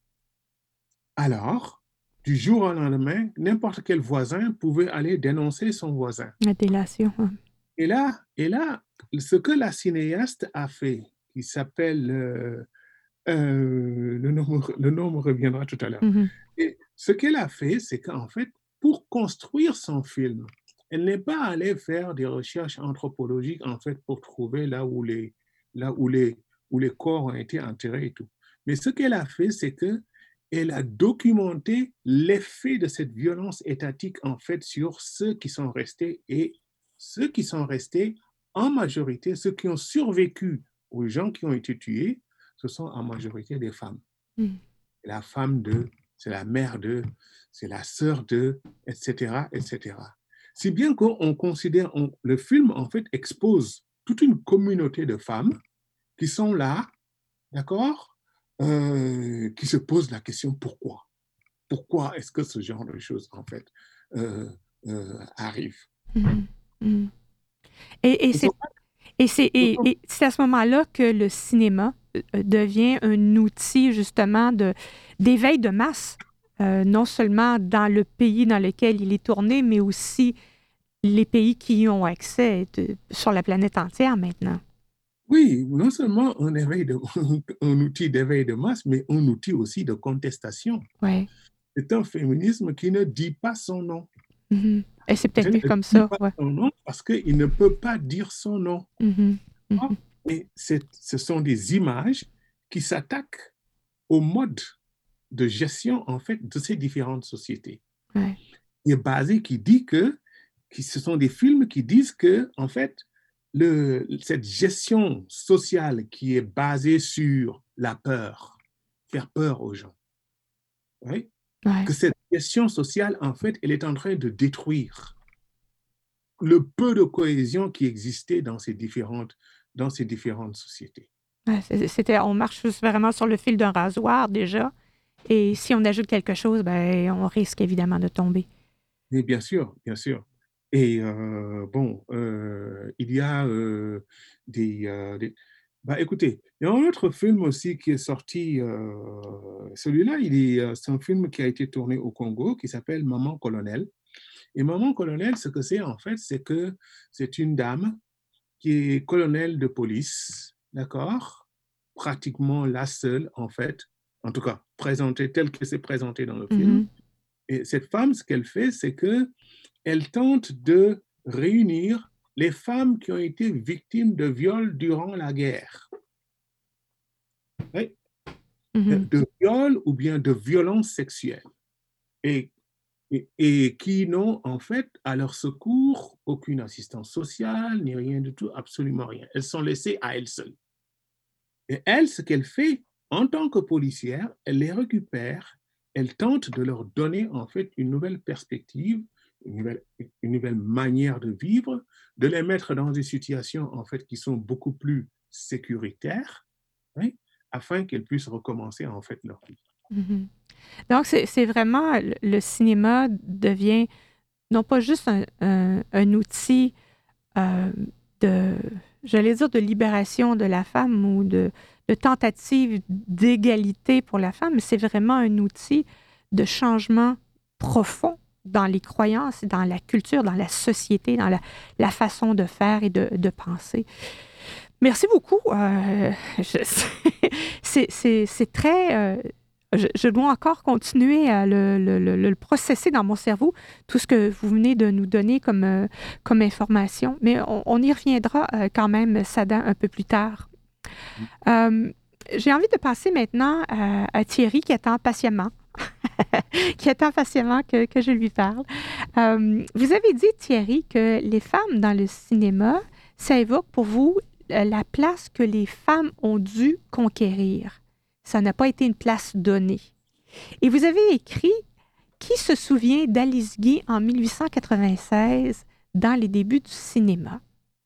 Alors, du jour au lendemain, n'importe quel voisin pouvait aller dénoncer son voisin. La délation. Ouais. Et là, et là, ce que la cinéaste a fait, qui s'appelle, euh, euh, le, nom, le nom me reviendra tout à l'heure. Mhm. Et ce qu'elle a fait, c'est qu'en fait, pour construire son film, elle n'est pas allée faire des recherches anthropologiques, en fait, pour trouver là où les, là où les, où les corps ont été enterrés et tout. Mais ce qu'elle a fait, c'est qu'elle a documenté l'effet de cette violence étatique, en fait, sur ceux qui sont restés. Et ceux qui sont restés, en majorité, ceux qui ont survécu aux gens qui ont été tués, ce sont en majorité des femmes. Mm. La femme de, c'est la mère de, c'est la sœur de, et cetera, et cetera. Si bien qu'on considère, on, le film, en fait, expose toute une communauté de femmes qui sont là, d'accord, euh, qui se posent la question pourquoi. Pourquoi est-ce que ce genre de choses, en fait, euh, euh, arrive. Mm. Mm. Et, et c'est et c'est et, et c'est à ce moment-là que le cinéma devient un outil justement de, d'éveil de masse, euh, non seulement dans le pays dans lequel il est tourné, mais aussi les pays qui y ont accès de, sur la planète entière maintenant. Oui, non seulement un, éveil de, un outil d'éveil de masse, mais un outil aussi de contestation. Ouais. C'est un féminisme qui ne dit pas son nom. Mm-hmm. Et c'est peut-être mieux comme Il ne ça. dit pas Ouais. son nom parce qu'il ne peut pas dire son nom. Mm-hmm. Mm-hmm. Et ce sont des images qui s'attaquent au mode de gestion, en fait, de ces différentes sociétés. Ouais. Il est basé qui dit que, qui, ce sont des films qui disent que, en fait, le, cette gestion sociale qui est basée sur la peur, faire peur aux gens, oui? Ouais. Que cette gestion sociale, en fait, elle est en train de détruire le peu de cohésion qui existait dans ces différentes, dans ces différentes sociétés. Ouais, c'était, on marche vraiment sur le fil d'un rasoir déjà, et si on ajoute quelque chose, ben, on risque évidemment de tomber. Mais bien sûr, bien sûr. Et euh, bon, euh, il y a euh, des, euh, des... Bah, écoutez, il y a un autre film aussi qui est sorti. Euh, celui-là, il est, c'est un film qui a été tourné au Congo qui s'appelle Maman Colonel. Et Maman Colonel, ce que c'est en fait, c'est que c'est une dame qui est colonel de police, d'accord? Pratiquement la seule, en fait, en tout cas, présentée telle que c'est présenté dans le Mm-hmm. film. Et cette femme, ce qu'elle fait, c'est que elle tente de réunir les femmes qui ont été victimes de viols durant la guerre. Oui? Mm-hmm. De viols ou bien de violences sexuelles. Et, et, et qui n'ont en fait à leur secours aucune assistance sociale, ni rien du tout, absolument rien. Elles sont laissées à elles seules. Et elle, ce qu'elle fait en tant que policière, elle les récupère, elle tente de leur donner en fait une nouvelle perspective, une nouvelle, une nouvelle manière de vivre, de les mettre dans des situations en fait qui sont beaucoup plus sécuritaires, oui, afin qu'elles puissent recommencer en fait leur vie. Mm-hmm. Donc, c'est, c'est vraiment, le, le cinéma devient non pas juste un, un, un outil euh, de, j'allais dire, de libération de la femme ou de, de tentative d'égalité pour la femme, mais c'est vraiment un outil de changement profond dans les croyances, dans la culture, dans la société, dans la, la façon de faire et de, de penser. Merci beaucoup. Euh, je, c'est, c'est, c'est très... Euh, je, je dois encore continuer à le, le, le, le processer dans mon cerveau, tout ce que vous venez de nous donner comme, euh, comme information. Mais on, on y reviendra euh, quand même, Sada, un peu plus tard. Euh, j'ai envie de passer maintenant à, à Thierry qui attend patiemment. qui attend patiemment que, que je lui parle. Euh, vous avez dit, Thierry, que les femmes dans le cinéma, ça évoque pour vous la place que les femmes ont dû conquérir. Ça n'a pas été une place donnée. Et vous avez écrit « Qui se souvient d'Alice Guy en mille huit cent quatre-vingt-seize dans les débuts du cinéma ?»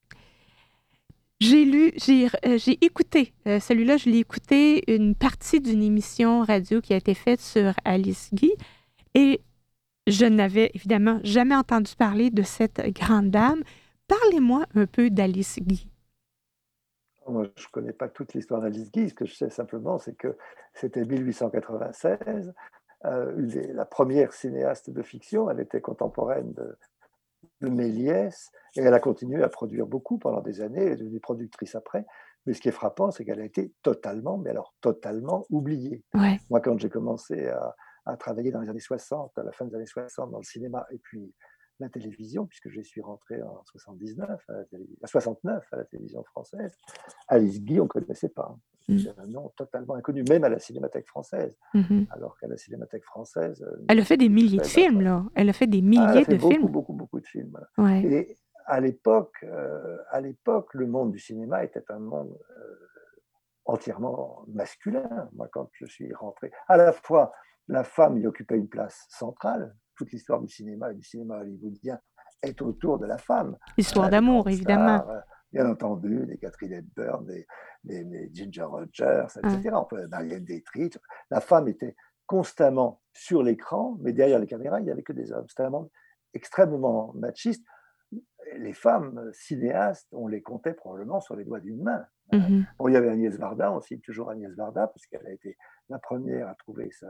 J'ai lu, j'ai, euh, j'ai écouté, euh, celui-là, je l'ai écouté, une partie d'une émission radio qui a été faite sur Alice Guy et je n'avais évidemment jamais entendu parler de cette grande dame. Parlez-moi un peu d'Alice Guy. Moi, je ne connais pas toute l'histoire d'Alice Guy. Ce que je sais simplement, c'est que c'était mille huit cent quatre-vingt-seize, euh, la première cinéaste de fiction. Elle était contemporaine de, de Méliès et elle a continué à produire beaucoup pendant des années. Elle est devenue productrice après. Mais ce qui est frappant, c'est qu'elle a été totalement, mais alors totalement oubliée. Ouais. Moi, quand j'ai commencé à, à travailler dans les années soixante, à la fin des années soixante, dans le cinéma et puis la télévision, puisque je suis rentré en soixante-dix-neuf, à la télé... à soixante-neuf à la télévision française, Alice Guy, on ne connaissait pas. Mm. c'est un nom totalement inconnu, même à la Cinémathèque française. Mhm. Alors qu'à la Cinémathèque française, euh, Elle a fait des milliers de Michel, films, là. Elle a fait des ah, elle a milliers fait de beaucoup, films. beaucoup, beaucoup de films. Voilà. Ouais. Et à l'époque, euh, à l'époque, le monde du cinéma était un monde euh, entièrement masculin. Moi, quand je suis rentré, à la fois, la femme y occupait une place centrale. Toute l'histoire du cinéma et du cinéma hollywoodien est autour de la femme. Histoire Hein, des d'amour, grandes évidemment. stars, euh, bien entendu, des Catherine Hepburn, des, des, des Ginger Rogers, Ouais. et cetera. On peut Marianne Dietrich. La femme était constamment sur l'écran, mais derrière les caméras, il n'y avait que des hommes. C'était un monde extrêmement machiste. Les femmes cinéastes, on les comptait probablement sur les doigts d'une main. Mhm. Bon, il y avait Agnès Varda aussi, toujours Agnès Varda, parce qu'elle a été la première à trouver sa,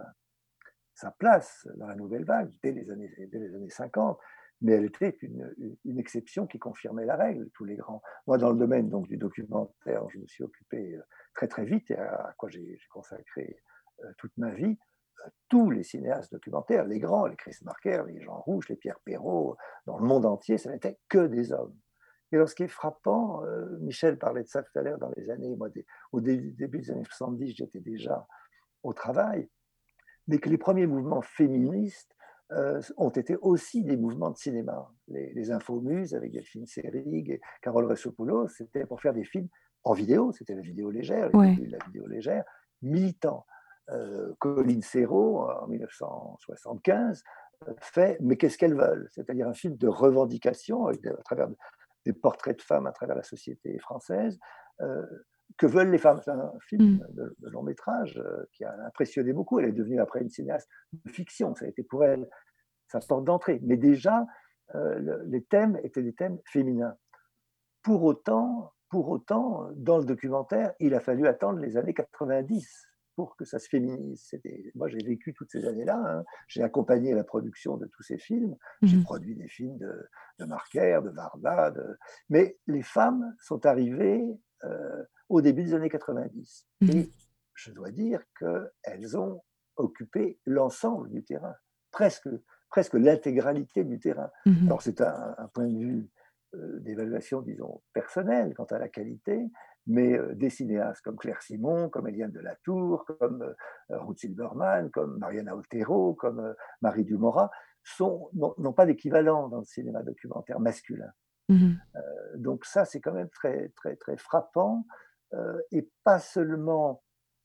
sa place dans la nouvelle vague dès les années, dès les années cinquante, mais elle était une, une, une exception qui confirmait la règle, tous les grands. Moi, dans le domaine donc, du documentaire, je me suis occupé très très vite, et à, à quoi j'ai consacré euh, toute ma vie. Tous les cinéastes documentaires, les grands, les Chris Marker, les Jean Rouge, les Pierre Perrault, dans le monde entier, ça n'était que des hommes. Et alors, ce qui est frappant, euh, Michel parlait de ça tout à l'heure, dans les années, moi, des, au début, début des années soixante-dix, j'étais déjà au travail, mais que les premiers mouvements féministes euh, ont été aussi des mouvements de cinéma. Les, les Infomuses avec Delphine Seyrig et Carole Ressopoulos, c'était pour faire des films en vidéo, c'était la vidéo légère, les Ouais. débuts de la vidéo légère, militants. Euh, Colline Serrault, en mille neuf cent soixante-quinze, fait Mais qu'est-ce qu'elles veulent? C'est-à-dire un film de revendication avec, à travers des portraits de femmes à travers la société française. Euh, que veulent les femmes? C'est un film Mm. de, de long métrage euh, qui a impressionné beaucoup. Elle est devenue après une cinéaste de fiction. Ça a été pour elle sa porte d'entrée. Mais déjà, euh, le, les thèmes étaient des thèmes féminins. Pour autant, pour autant, dans le documentaire, il a fallu attendre les années quatre-vingt-dix pour que ça se féminise. Moi, j'ai vécu toutes ces années-là. Hein. J'ai accompagné la production de tous ces films. Mm-hmm. J'ai produit des films de, de Marker, de Varda. De... Mais les femmes sont arrivées euh, au début des années quatre-vingt-dix. Mm-hmm. Et je dois dire qu'elles ont occupé l'ensemble du terrain, presque, presque l'intégralité du terrain. Mm-hmm. Alors, c'est un, un point de vue d'évaluation, disons, personnelle quant à la qualité, mais des cinéastes comme Claire Simon, comme Eliane de la Tour, comme Ruth Silberman, comme Mariana Otero, comme Marie Dumora, n'ont pas d'équivalent dans le cinéma documentaire masculin. Mm-hmm. Euh, donc ça, c'est quand même très, très, très frappant, euh, et pas seulement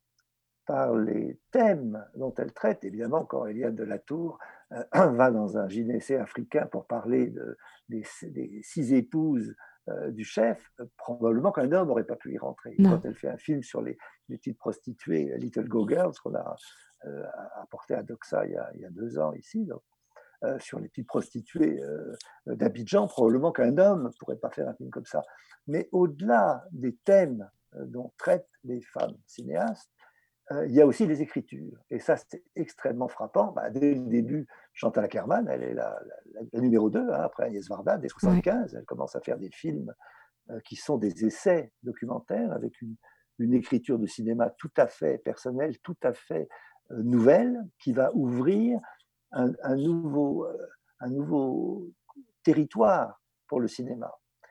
par les thèmes dont elle traite. Évidemment, quand Eliane de la Tour euh, va dans un gynécée africain pour parler de, des, des six épouses euh, du chef, euh, probablement qu'un homme n'aurait pas pu y rentrer. Non. Quand elle fait un film sur les, les petites prostituées, Little Go Girls, qu'on a euh, apporté à Doxa il y a, il y a deux ans ici, donc, euh, sur les petites prostituées euh, d'Abidjan, probablement qu'un homme ne pourrait pas faire un film comme ça. Mais au-delà des thèmes euh, dont traitent les femmes cinéastes, Euh, il y a aussi les écritures. Et ça, c'est extrêmement frappant. Bah, dès le début, Chantal Akerman, elle est la, la, la numéro deux, hein, après Agnès Varda, dès soixante-quinze. Ouais. Elle commence à faire des films euh, qui sont des essais documentaires avec une, une écriture de cinéma tout à fait personnelle, tout à fait euh, nouvelle, qui va ouvrir un, un, nouveau, euh, un nouveau territoire pour le cinéma.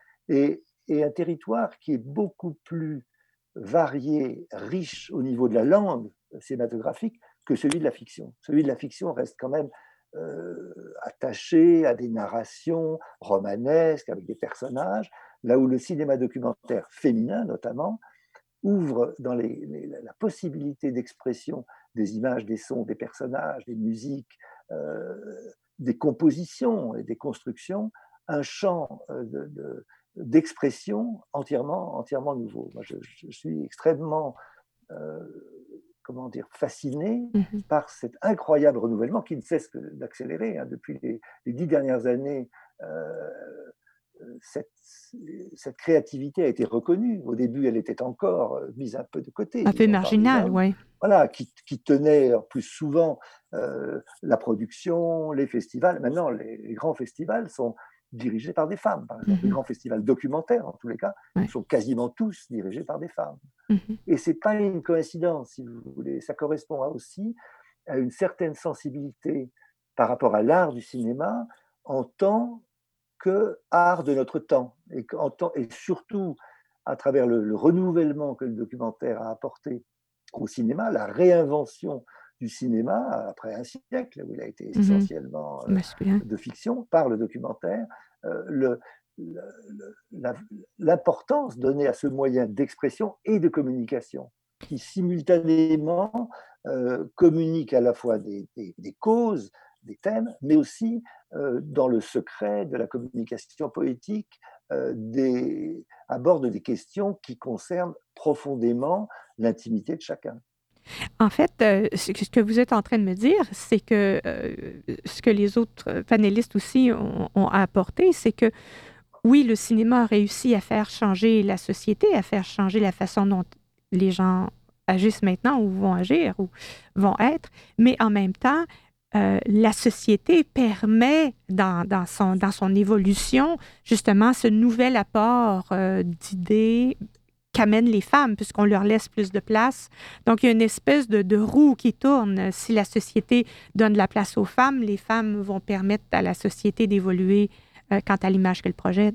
Et, et un territoire qui est beaucoup plus varié, riche au niveau de la langue cinématographique que celui de la fiction. Celui de la fiction reste quand même euh, attaché à des narrations romanesques avec des personnages, là où le cinéma documentaire féminin notamment ouvre dans les, les, la possibilité d'expression des images, des sons, des personnages, des musiques, euh, des compositions et des constructions, un champ de, de d'expression entièrement, entièrement nouveau. Moi, je, je suis extrêmement, euh, comment dire, fasciné mm-hmm. par cet incroyable renouvellement qui ne cesse que d'accélérer. Hein. Depuis les, les dix dernières années, euh, cette, cette créativité a été reconnue. Au début, elle était encore mise un peu de côté. Un peu marginale, oui. Voilà, qui, qui tenait plus souvent euh, la production, les festivals. Maintenant, les, les grands festivals sont dirigés par des femmes, par exemple. Mm-hmm. Les grands festivals documentaires, en tous les cas, ouais. sont quasiment tous dirigés par des femmes. Mm-hmm. Et ce n'est pas une coïncidence, si vous voulez. Ça correspond aussi à une certaine sensibilité par rapport à l'art du cinéma en tant que art de notre temps. Et, en temps, et surtout à travers le, le renouvellement que le documentaire a apporté au cinéma, la réinvention du cinéma après un siècle où il a été Mhm. essentiellement euh, Masculin. de fiction par le documentaire, euh, le, le, le, la- l'importance donnée à ce moyen d'expression et de communication qui simultanément euh, communique à la fois des, des, des causes, des thèmes, mais aussi euh, dans le secret de la communication poétique, euh, des, aborde des questions qui concernent profondément l'intimité de chacun. En fait, euh, ce que ce que vous êtes en train de me dire, c'est que euh, ce que les autres panélistes aussi ont, ont apporté, c'est que oui, le cinéma a réussi à faire changer la société, à faire changer la façon dont les gens agissent maintenant ou vont agir ou vont être, mais en même temps, euh, la société permet dans, dans, son, dans son évolution justement ce nouvel apport euh, d'idées qu'amènent les femmes, puisqu'on leur laisse plus de place. Donc, il y a une espèce de, de roue qui tourne. Si la société donne de la place aux femmes, les femmes vont permettre à la société d'évoluer euh, quant à l'image qu'elle projette.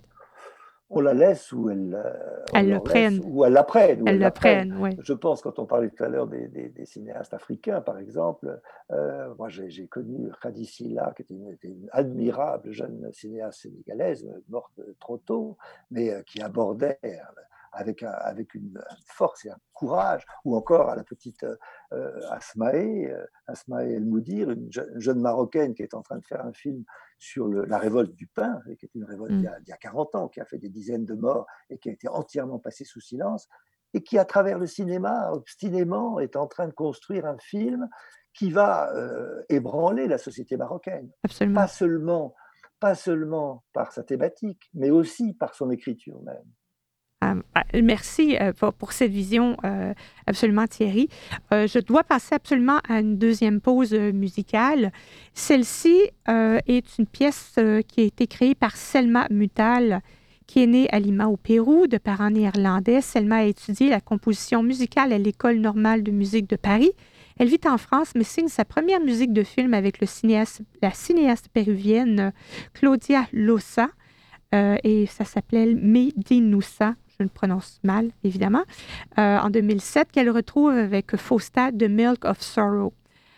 On la laisse ou elle, euh, on Elles le leur laisse prennent. ou elles la prennent ou Elles elles le la prennent. prennent, oui. Je pense, quand on parlait tout à l'heure des, des, des cinéastes africains, par exemple, euh, moi j'ai, j'ai connu Khady Sylla, qui était une, était une admirable jeune cinéaste sénégalaise, morte trop tôt, mais euh, qui abordait euh, avec, un, avec une force et un courage, ou encore à la petite euh, Asmae, euh, Asmae El Moudir, une, je, une jeune Marocaine qui est en train de faire un film sur le, la révolte du pain, qui est une révolte mm. d'il, y a, d'il y a quarante ans, qui a fait des dizaines de morts et qui a été entièrement passée sous silence, et qui, à travers le cinéma, obstinément, est en train de construire un film qui va euh, ébranler la société marocaine. Absolument. Pas seulement, pas seulement par sa thématique, mais aussi par son écriture même. Euh, merci euh, pour, pour cette vision, euh, absolument, Thierry. Euh, je dois passer absolument à une deuxième pause euh, musicale. Celle-ci euh, est une pièce euh, qui a été créée par Selma Mutal, qui est née à Lima, au Pérou, de parents néerlandais. Selma a étudié la composition musicale à l'École normale de musique de Paris. Elle vit en France, mais signe sa première musique de film avec le cinéaste, la cinéaste péruvienne Claudia Loza, euh, et ça s'appelait Medinoussa. Je le prononce mal, évidemment, euh, en deux mille sept, qu'elle retrouve avec Fausta de Milk of Sorrow.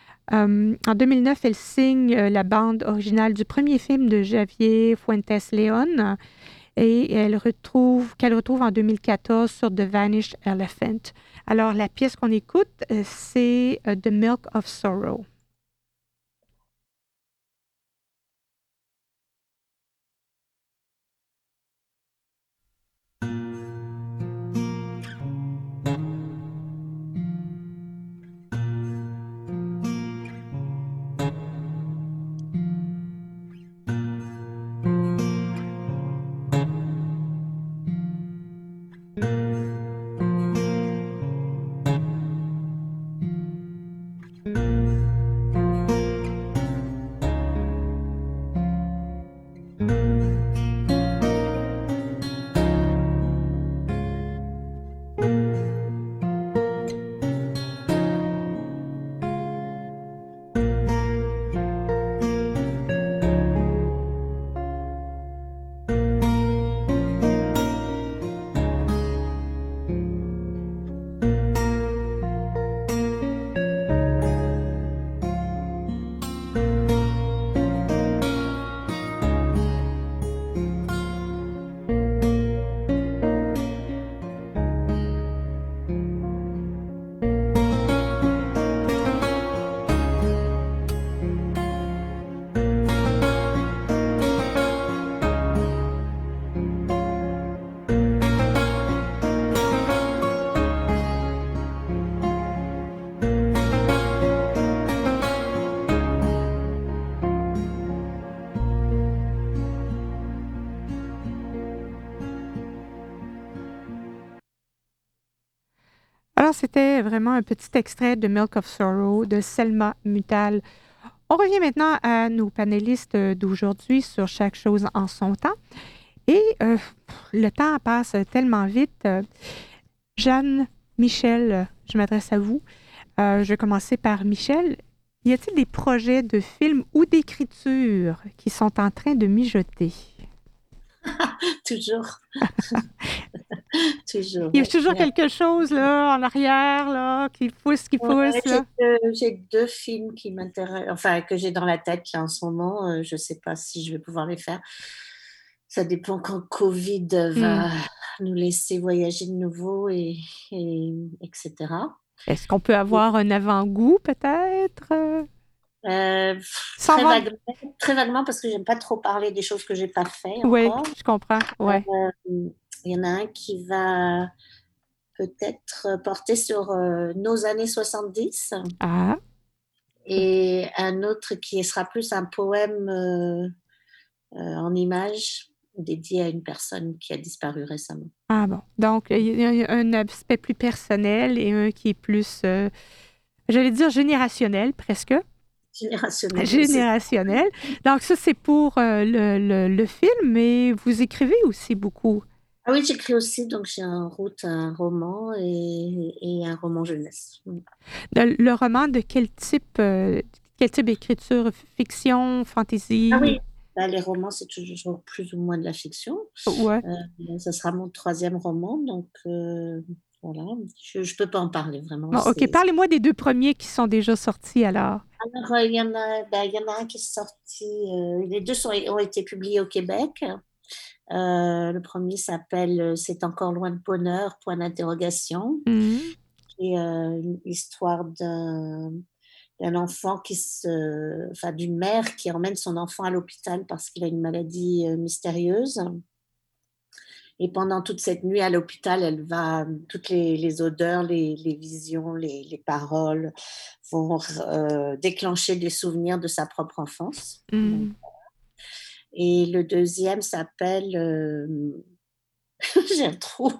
Euh, en deux mille neuf, elle signe euh, la bande originale du premier film de Javier Fuentes León et elle retrouve, qu'elle retrouve en deux mille quatorze sur The Vanished Elephant. Alors, la pièce qu'on écoute, euh, c'est euh, The Milk of Sorrow. Alors, c'était vraiment un petit extrait de Milk of Sorrow de Selma Mutal. On revient maintenant à nos panélistes d'aujourd'hui sur chaque chose en son temps. Et euh, le temps passe tellement vite. Jeanne, Michel, je m'adresse à vous. Euh, je vais commencer par Michel. Y a-t-il des projets de films ou d'écriture qui sont en train de mijoter? Toujours. Toujours, Il y a ouais. toujours Ouais. quelque chose là, en arrière là, qui pousse, qui pousse. Ouais, j'ai Là. deux, j'ai deux films qui m'intéressent, enfin que j'ai dans la tête là en ce moment. Euh, je ne sais pas si je vais pouvoir les faire. Ça dépend quand Covid Hmm. va nous laisser voyager de nouveau et, et etc. Est-ce qu'on peut avoir un avant-goût peut-être? euh, Euh, pff, Sans très vendre. vaguement, très vaguement parce que j'aime pas trop parler des choses que j'ai pas fait Oui, encore. je comprends. Ouais. Euh, Il y en a un qui va peut-être porter sur euh, nos années soixante-dix Ah, et un autre qui sera plus un poème euh, euh, en images dédié à une personne qui a disparu récemment. ah bon. Donc, il y a un aspect plus personnel et un qui est plus, euh, j'allais dire générationnel presque. Générationnel, oui, c'est ça. Générationnel. Donc, ça, c'est pour euh, le, le, le film, mais vous écrivez aussi beaucoup. Ah oui, j'écris aussi, donc j'ai en route un roman et, et un roman jeunesse. Le, le roman de quel type, euh, quel type d'écriture? Fiction, Ah fantasy? oui, bah, les romans, c'est toujours plus ou moins de la fiction. Ouais. Euh, ça sera mon troisième roman, donc euh, voilà, je ne peux pas en parler vraiment. Bon, OK. C'est... Parlez-moi des deux premiers qui sont déjà sortis alors. Alors, euh, il y en a, bah, il y en a un qui est sorti, euh, les deux sont, ont été publiés au Québec. Euh, le premier s'appelle C'est encore loin de bonheur, point d'interrogation, Mhm. qui est euh, une histoire d'un, d'un enfant qui se, enfin d'une mère qui emmène son enfant à l'hôpital parce qu'il a une maladie euh, mystérieuse. Et pendant toute cette nuit à l'hôpital, elle va, toutes les, les odeurs, les, les visions, les, les paroles vont euh, déclencher des souvenirs de sa propre enfance. Donc, Mhm. et le deuxième s'appelle euh, j'ai un trou.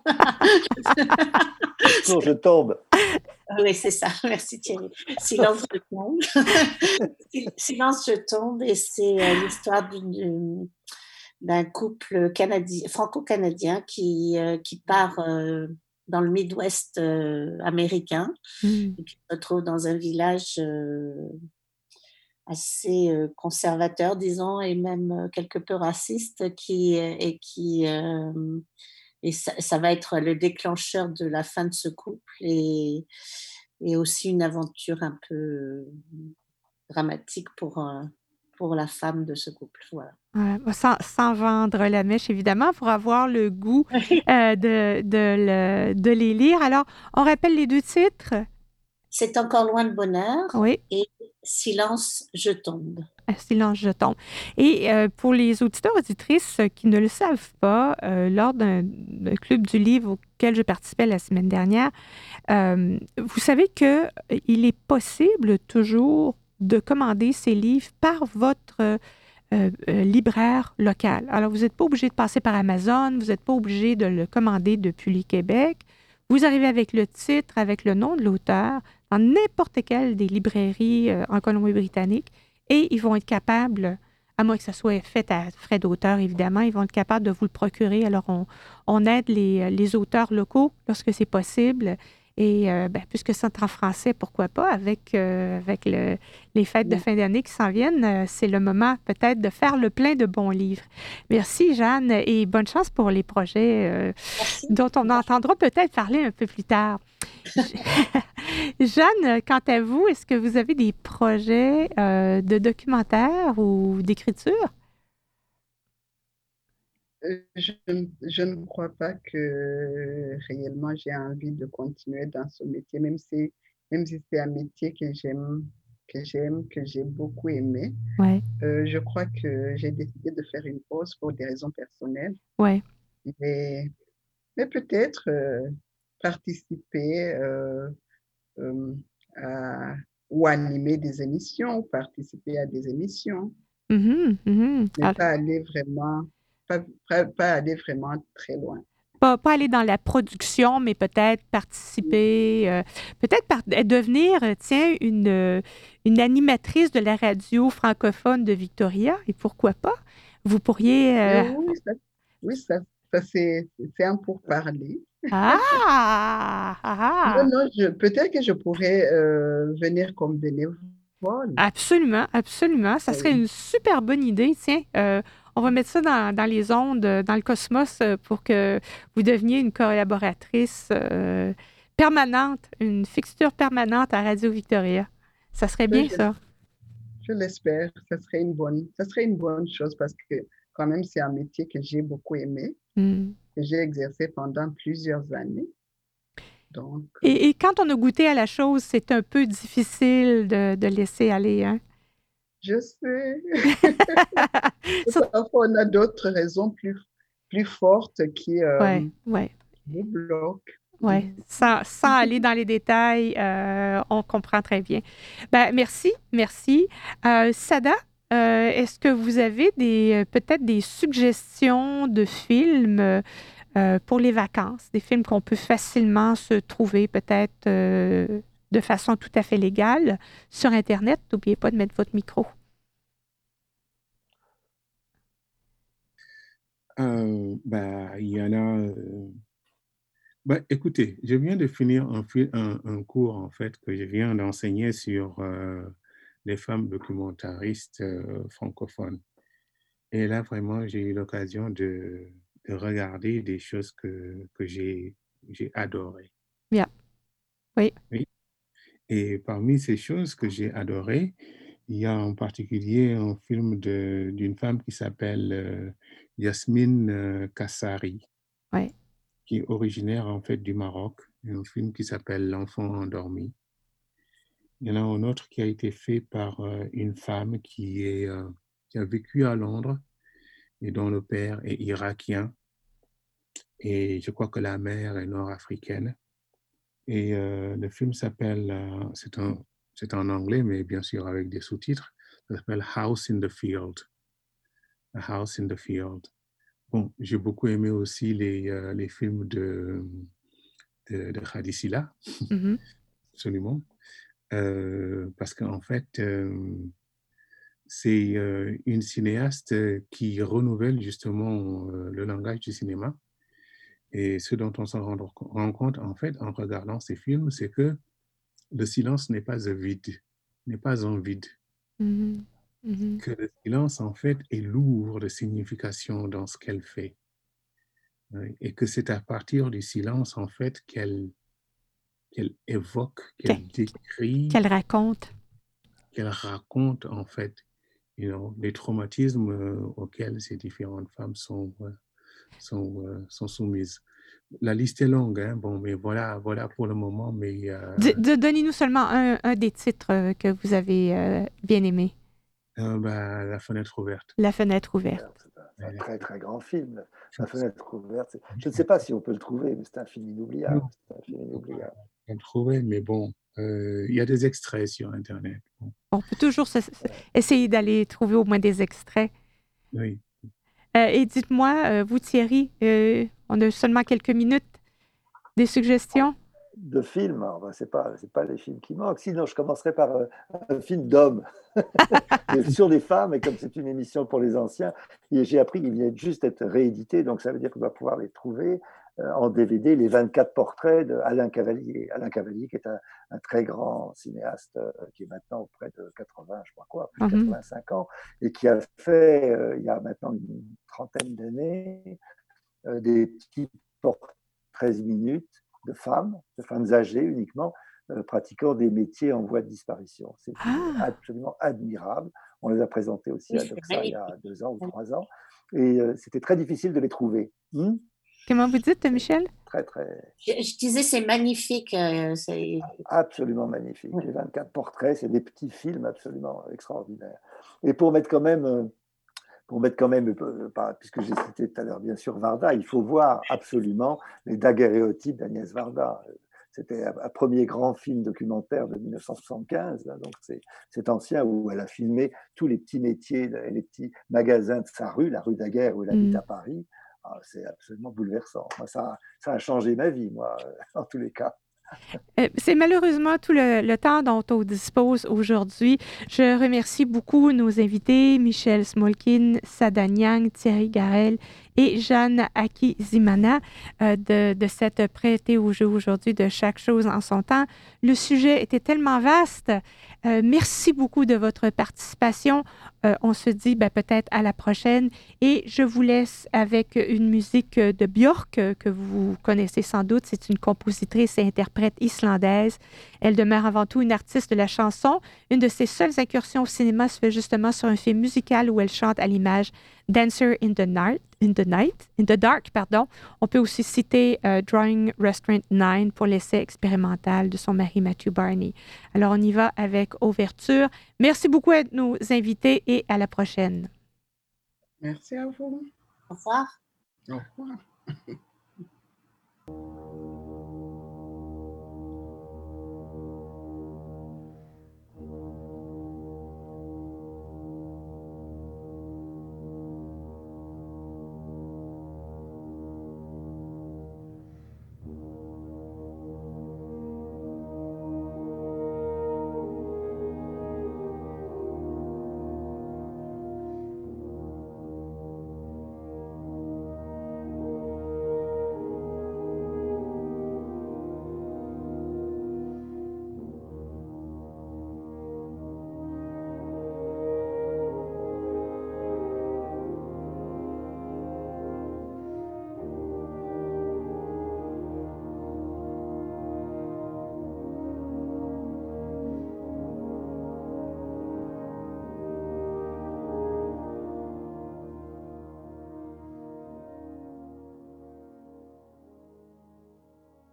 Non, je tombe. Oui, c'est ça. Merci Thierry. Silence, je tombe. Silence, je tombe. Et c'est euh, l'histoire d'une, d'un couple canadien, franco-canadien qui, euh, qui part euh, dans le Midwest euh, américain Mhm. et qui se retrouve dans un village euh, assez euh, conservateur, disons, et même euh, quelque peu raciste, qui, et qui euh, et ça, ça va être le déclencheur de la fin de ce couple et, et aussi une aventure un peu dramatique pour, euh, pour la femme de ce couple. Voilà. Ouais, bah, sans, sans vendre la mèche, évidemment, pour avoir le goût euh, de, de, le- de les lire. Alors, on rappelle les deux titres. C'est encore loin de bonheur Oui, et Silence, je tombe. Un silence, je tombe. Et euh, pour les auditeurs auditrices qui ne le savent pas, euh, lors d'un, d'un club du livre auquel je participais la semaine dernière, euh, vous savez qu'il est possible toujours de commander ces livres par votre euh, euh, libraire local. Alors, vous n'êtes pas obligé de passer par Amazon, vous n'êtes pas obligé de le commander depuis le Québec. Vous arrivez avec le titre, avec le nom de l'auteur, dans n'importe quelle des librairies euh, en Colombie-Britannique, et ils vont être capables, à moins que ça soit fait à frais d'auteur, évidemment, ils vont être capables de vous le procurer. Alors, on, on aide les, les auteurs locaux lorsque c'est possible. Et euh, ben, puisque c'est en français, pourquoi pas, avec, euh, avec le, les fêtes de fin d'année qui s'en viennent, euh, c'est le moment peut-être de faire le plein de bons livres. Merci, Jeanne, et bonne chance pour les projets euh, Merci. dont on entendra peut-être parler un peu plus tard. Jeanne, quant à vous, est-ce que vous avez des projets euh, de documentaire ou d'écriture? Euh, Je, je ne crois pas que réellement j'ai envie de continuer dans ce métier, même si, même si c'est un métier que j'aime, que j'aime, que j'ai beaucoup aimé. Oui, Euh, je crois que j'ai décidé de faire une pause pour des raisons personnelles. oui. Mais, mais peut-être euh, participer euh, euh, à, ou animer des émissions, ou participer à des émissions, Mhm, mhm. mais Alors, pas aller vraiment, pas, pas, pas aller vraiment très loin. pas, pas aller dans la production, mais peut-être participer, euh, peut-être par- devenir, euh, tiens, une, euh, une animatrice de la radio francophone de Victoria. Et pourquoi pas? Vous pourriez... Euh, euh, oui, ça, oui, ça, ça c'est, c'est un pourparler. Ah! Ah! Non, Ah! non, je, peut-être que je pourrais euh, venir comme bénévole. Absolument, absolument. Ça serait Oui. une super bonne idée. Tiens, euh, on va mettre ça dans, dans les ondes, euh, dans le cosmos, euh, pour que vous deveniez une collaboratrice euh, permanente, une fixture permanente à Radio Victoria. Ça serait Ben, bien, je, ça. je l'espère. Ça serait une bonne, ça serait une bonne chose parce que quand même, c'est un métier que j'ai beaucoup aimé, Mm. que j'ai exercé pendant plusieurs années. Donc, euh, Et, et quand on a goûté à la chose, c'est un peu difficile de, de laisser aller, hein? je sais. Sur- Parfois, on a d'autres raisons plus, plus fortes qui euh, ouais, ouais, nous bloquent. ouais. Mhm. Sans, sans aller dans les détails, euh, on comprend très bien. Ben, merci, merci. Euh, Sada, euh, est-ce que vous avez des, euh, peut-être des suggestions de films euh, euh, pour les vacances, des films qu'on peut facilement se trouver peut-être euh, de façon tout à fait légale sur Internet? N'oubliez pas de mettre votre micro. Euh, bah, il y en a. euh, bah, écoutez, je viens de finir un, fi- un, un cours en fait que je viens d'enseigner sur euh, les femmes documentaristes euh, francophones. Et là, vraiment, j'ai eu l'occasion de, de regarder des choses que, que j'ai, j'ai adorées. Bien, oui. Oui. Et parmi ces choses que j'ai adorées, il y a en particulier un film de, d'une femme qui s'appelle euh, Yasmine euh, Kassari, Oui. qui est originaire en fait du Maroc. Un film qui s'appelle L'enfant endormi. Il y en a un autre qui a été fait par euh, une femme qui, est, euh, qui a vécu à Londres et dont le père est irakien. Et je crois que la mère est nord-africaine. Et euh, le film s'appelle, euh, c'est un, c'est en anglais, mais bien sûr avec des sous-titres, ça s'appelle House in the Field. A House in the Field. Bon, j'ai beaucoup aimé aussi les, euh, les films de, de, de Khady Silla, Mhm. absolument. Euh, parce qu'en fait, euh, c'est euh, une cinéaste qui renouvelle justement euh, le langage du cinéma. Et ce dont on s'en rend, rend compte, en fait, en regardant ces films, c'est que le silence n'est pas un vide, n'est pas un vide. Mhm. Mhm. Que le silence, en fait, est lourd de signification dans ce qu'elle fait. Oui. Et que c'est à partir du silence, en fait, qu'elle qu'elle évoque, Que- qu'elle décrit, Qu'elle raconte. qu'elle raconte, en fait, you know, les traumatismes euh, auxquels ces différentes femmes sont, euh, sont, euh, sont soumises. La liste est longue, hein, bon, mais voilà, voilà pour le moment. Mais D- euh, de- Donnez-nous seulement un, un des titres euh, que vous avez euh, bien aimé. euh, bah, la fenêtre ouverte. La fenêtre ouverte. C'est un, c'est un très très grand film. La fenêtre ouverte. Je ne sais pas si on peut le trouver, mais c'est un film inoubliable. Non, C'est un film inoubliable. on peut trouver, mais bon, euh, il y a des extraits sur Internet. Bon, On peut toujours se- se- essayer d'aller trouver au moins des extraits. oui. Euh, et dites-moi, euh, vous Thierry, euh, on a seulement quelques minutes, des suggestions? De films, alors, ben, c'est pas, c'est pas les films qui manquent. Sinon, je commencerai par euh, un film d'hommes mais sur des femmes. Et comme c'est une émission pour les anciens, et j'ai appris qu'ils viennent juste d'être réédités. Donc, ça veut dire qu'on va pouvoir les trouver euh, en D V D, les vingt-quatre portraits d'Alain Cavalier. Alain Cavalier, qui est un, un très grand cinéaste euh, qui est maintenant près de quatre-vingts, je crois quoi, plus de Mhm. quatre-vingt-cinq ans, et qui a fait, euh, il y a maintenant une trentaine d'années, euh, des petits portraits de treize minutes de femmes, de femmes âgées uniquement, euh, pratiquant des métiers en voie de disparition. C'est Ah, absolument admirable. On les a présentés aussi Oui, à c'est Doxa il y magnifique. a deux ans ou trois ans. Et euh, c'était très difficile de les trouver. Hmm comment vous dites, c'est Michel? très, très, Je, je disais, c'est magnifique. euh, c'est- absolument magnifique. ouais. Les vingt-quatre portraits, c'est des petits films absolument extraordinaires. Et pour mettre quand même... euh, pour mettre quand même, euh, puisque j'ai cité tout à l'heure bien sûr Varda, il faut voir absolument les daguerréotypes d'Agnès Varda. C'était un premier grand film documentaire de mille neuf cent soixante-quinze, donc c'est, c'est ancien, où elle a filmé tous les petits métiers et les petits magasins de sa rue, la rue Daguerre où elle habite Mm. à Paris. Ah, c'est absolument bouleversant. Moi, ça, ça a changé ma vie, moi, en tous les cas. Euh, C'est malheureusement tout le, le temps dont on dispose aujourd'hui. Je remercie beaucoup nos invités, Michel Smolkin, Sada Niang, Thierry Garel et Jeanne Akizimana, euh, de, de s'être prêtée au jeu aujourd'hui de Chaque chose en son temps. Le sujet était tellement vaste. Euh, merci beaucoup de votre participation. Euh, on se dit ben, peut-être à la prochaine. Et je vous laisse avec une musique de Björk euh, que vous connaissez sans doute. C'est une compositrice et interprète islandaise. Elle demeure avant tout une artiste de la chanson. Une de ses seules incursions au cinéma se fait justement sur un film musical où elle chante à l'image Dancer in the Night, in the Night, in the Dark, pardon. On peut aussi citer euh, Drawing Restaurant neuf pour l'essai expérimental de son mari Matthew Barney. Alors on y va avec ouverture. Merci beaucoup à nos invités et à la prochaine. Merci à vous. Au revoir. Au revoir.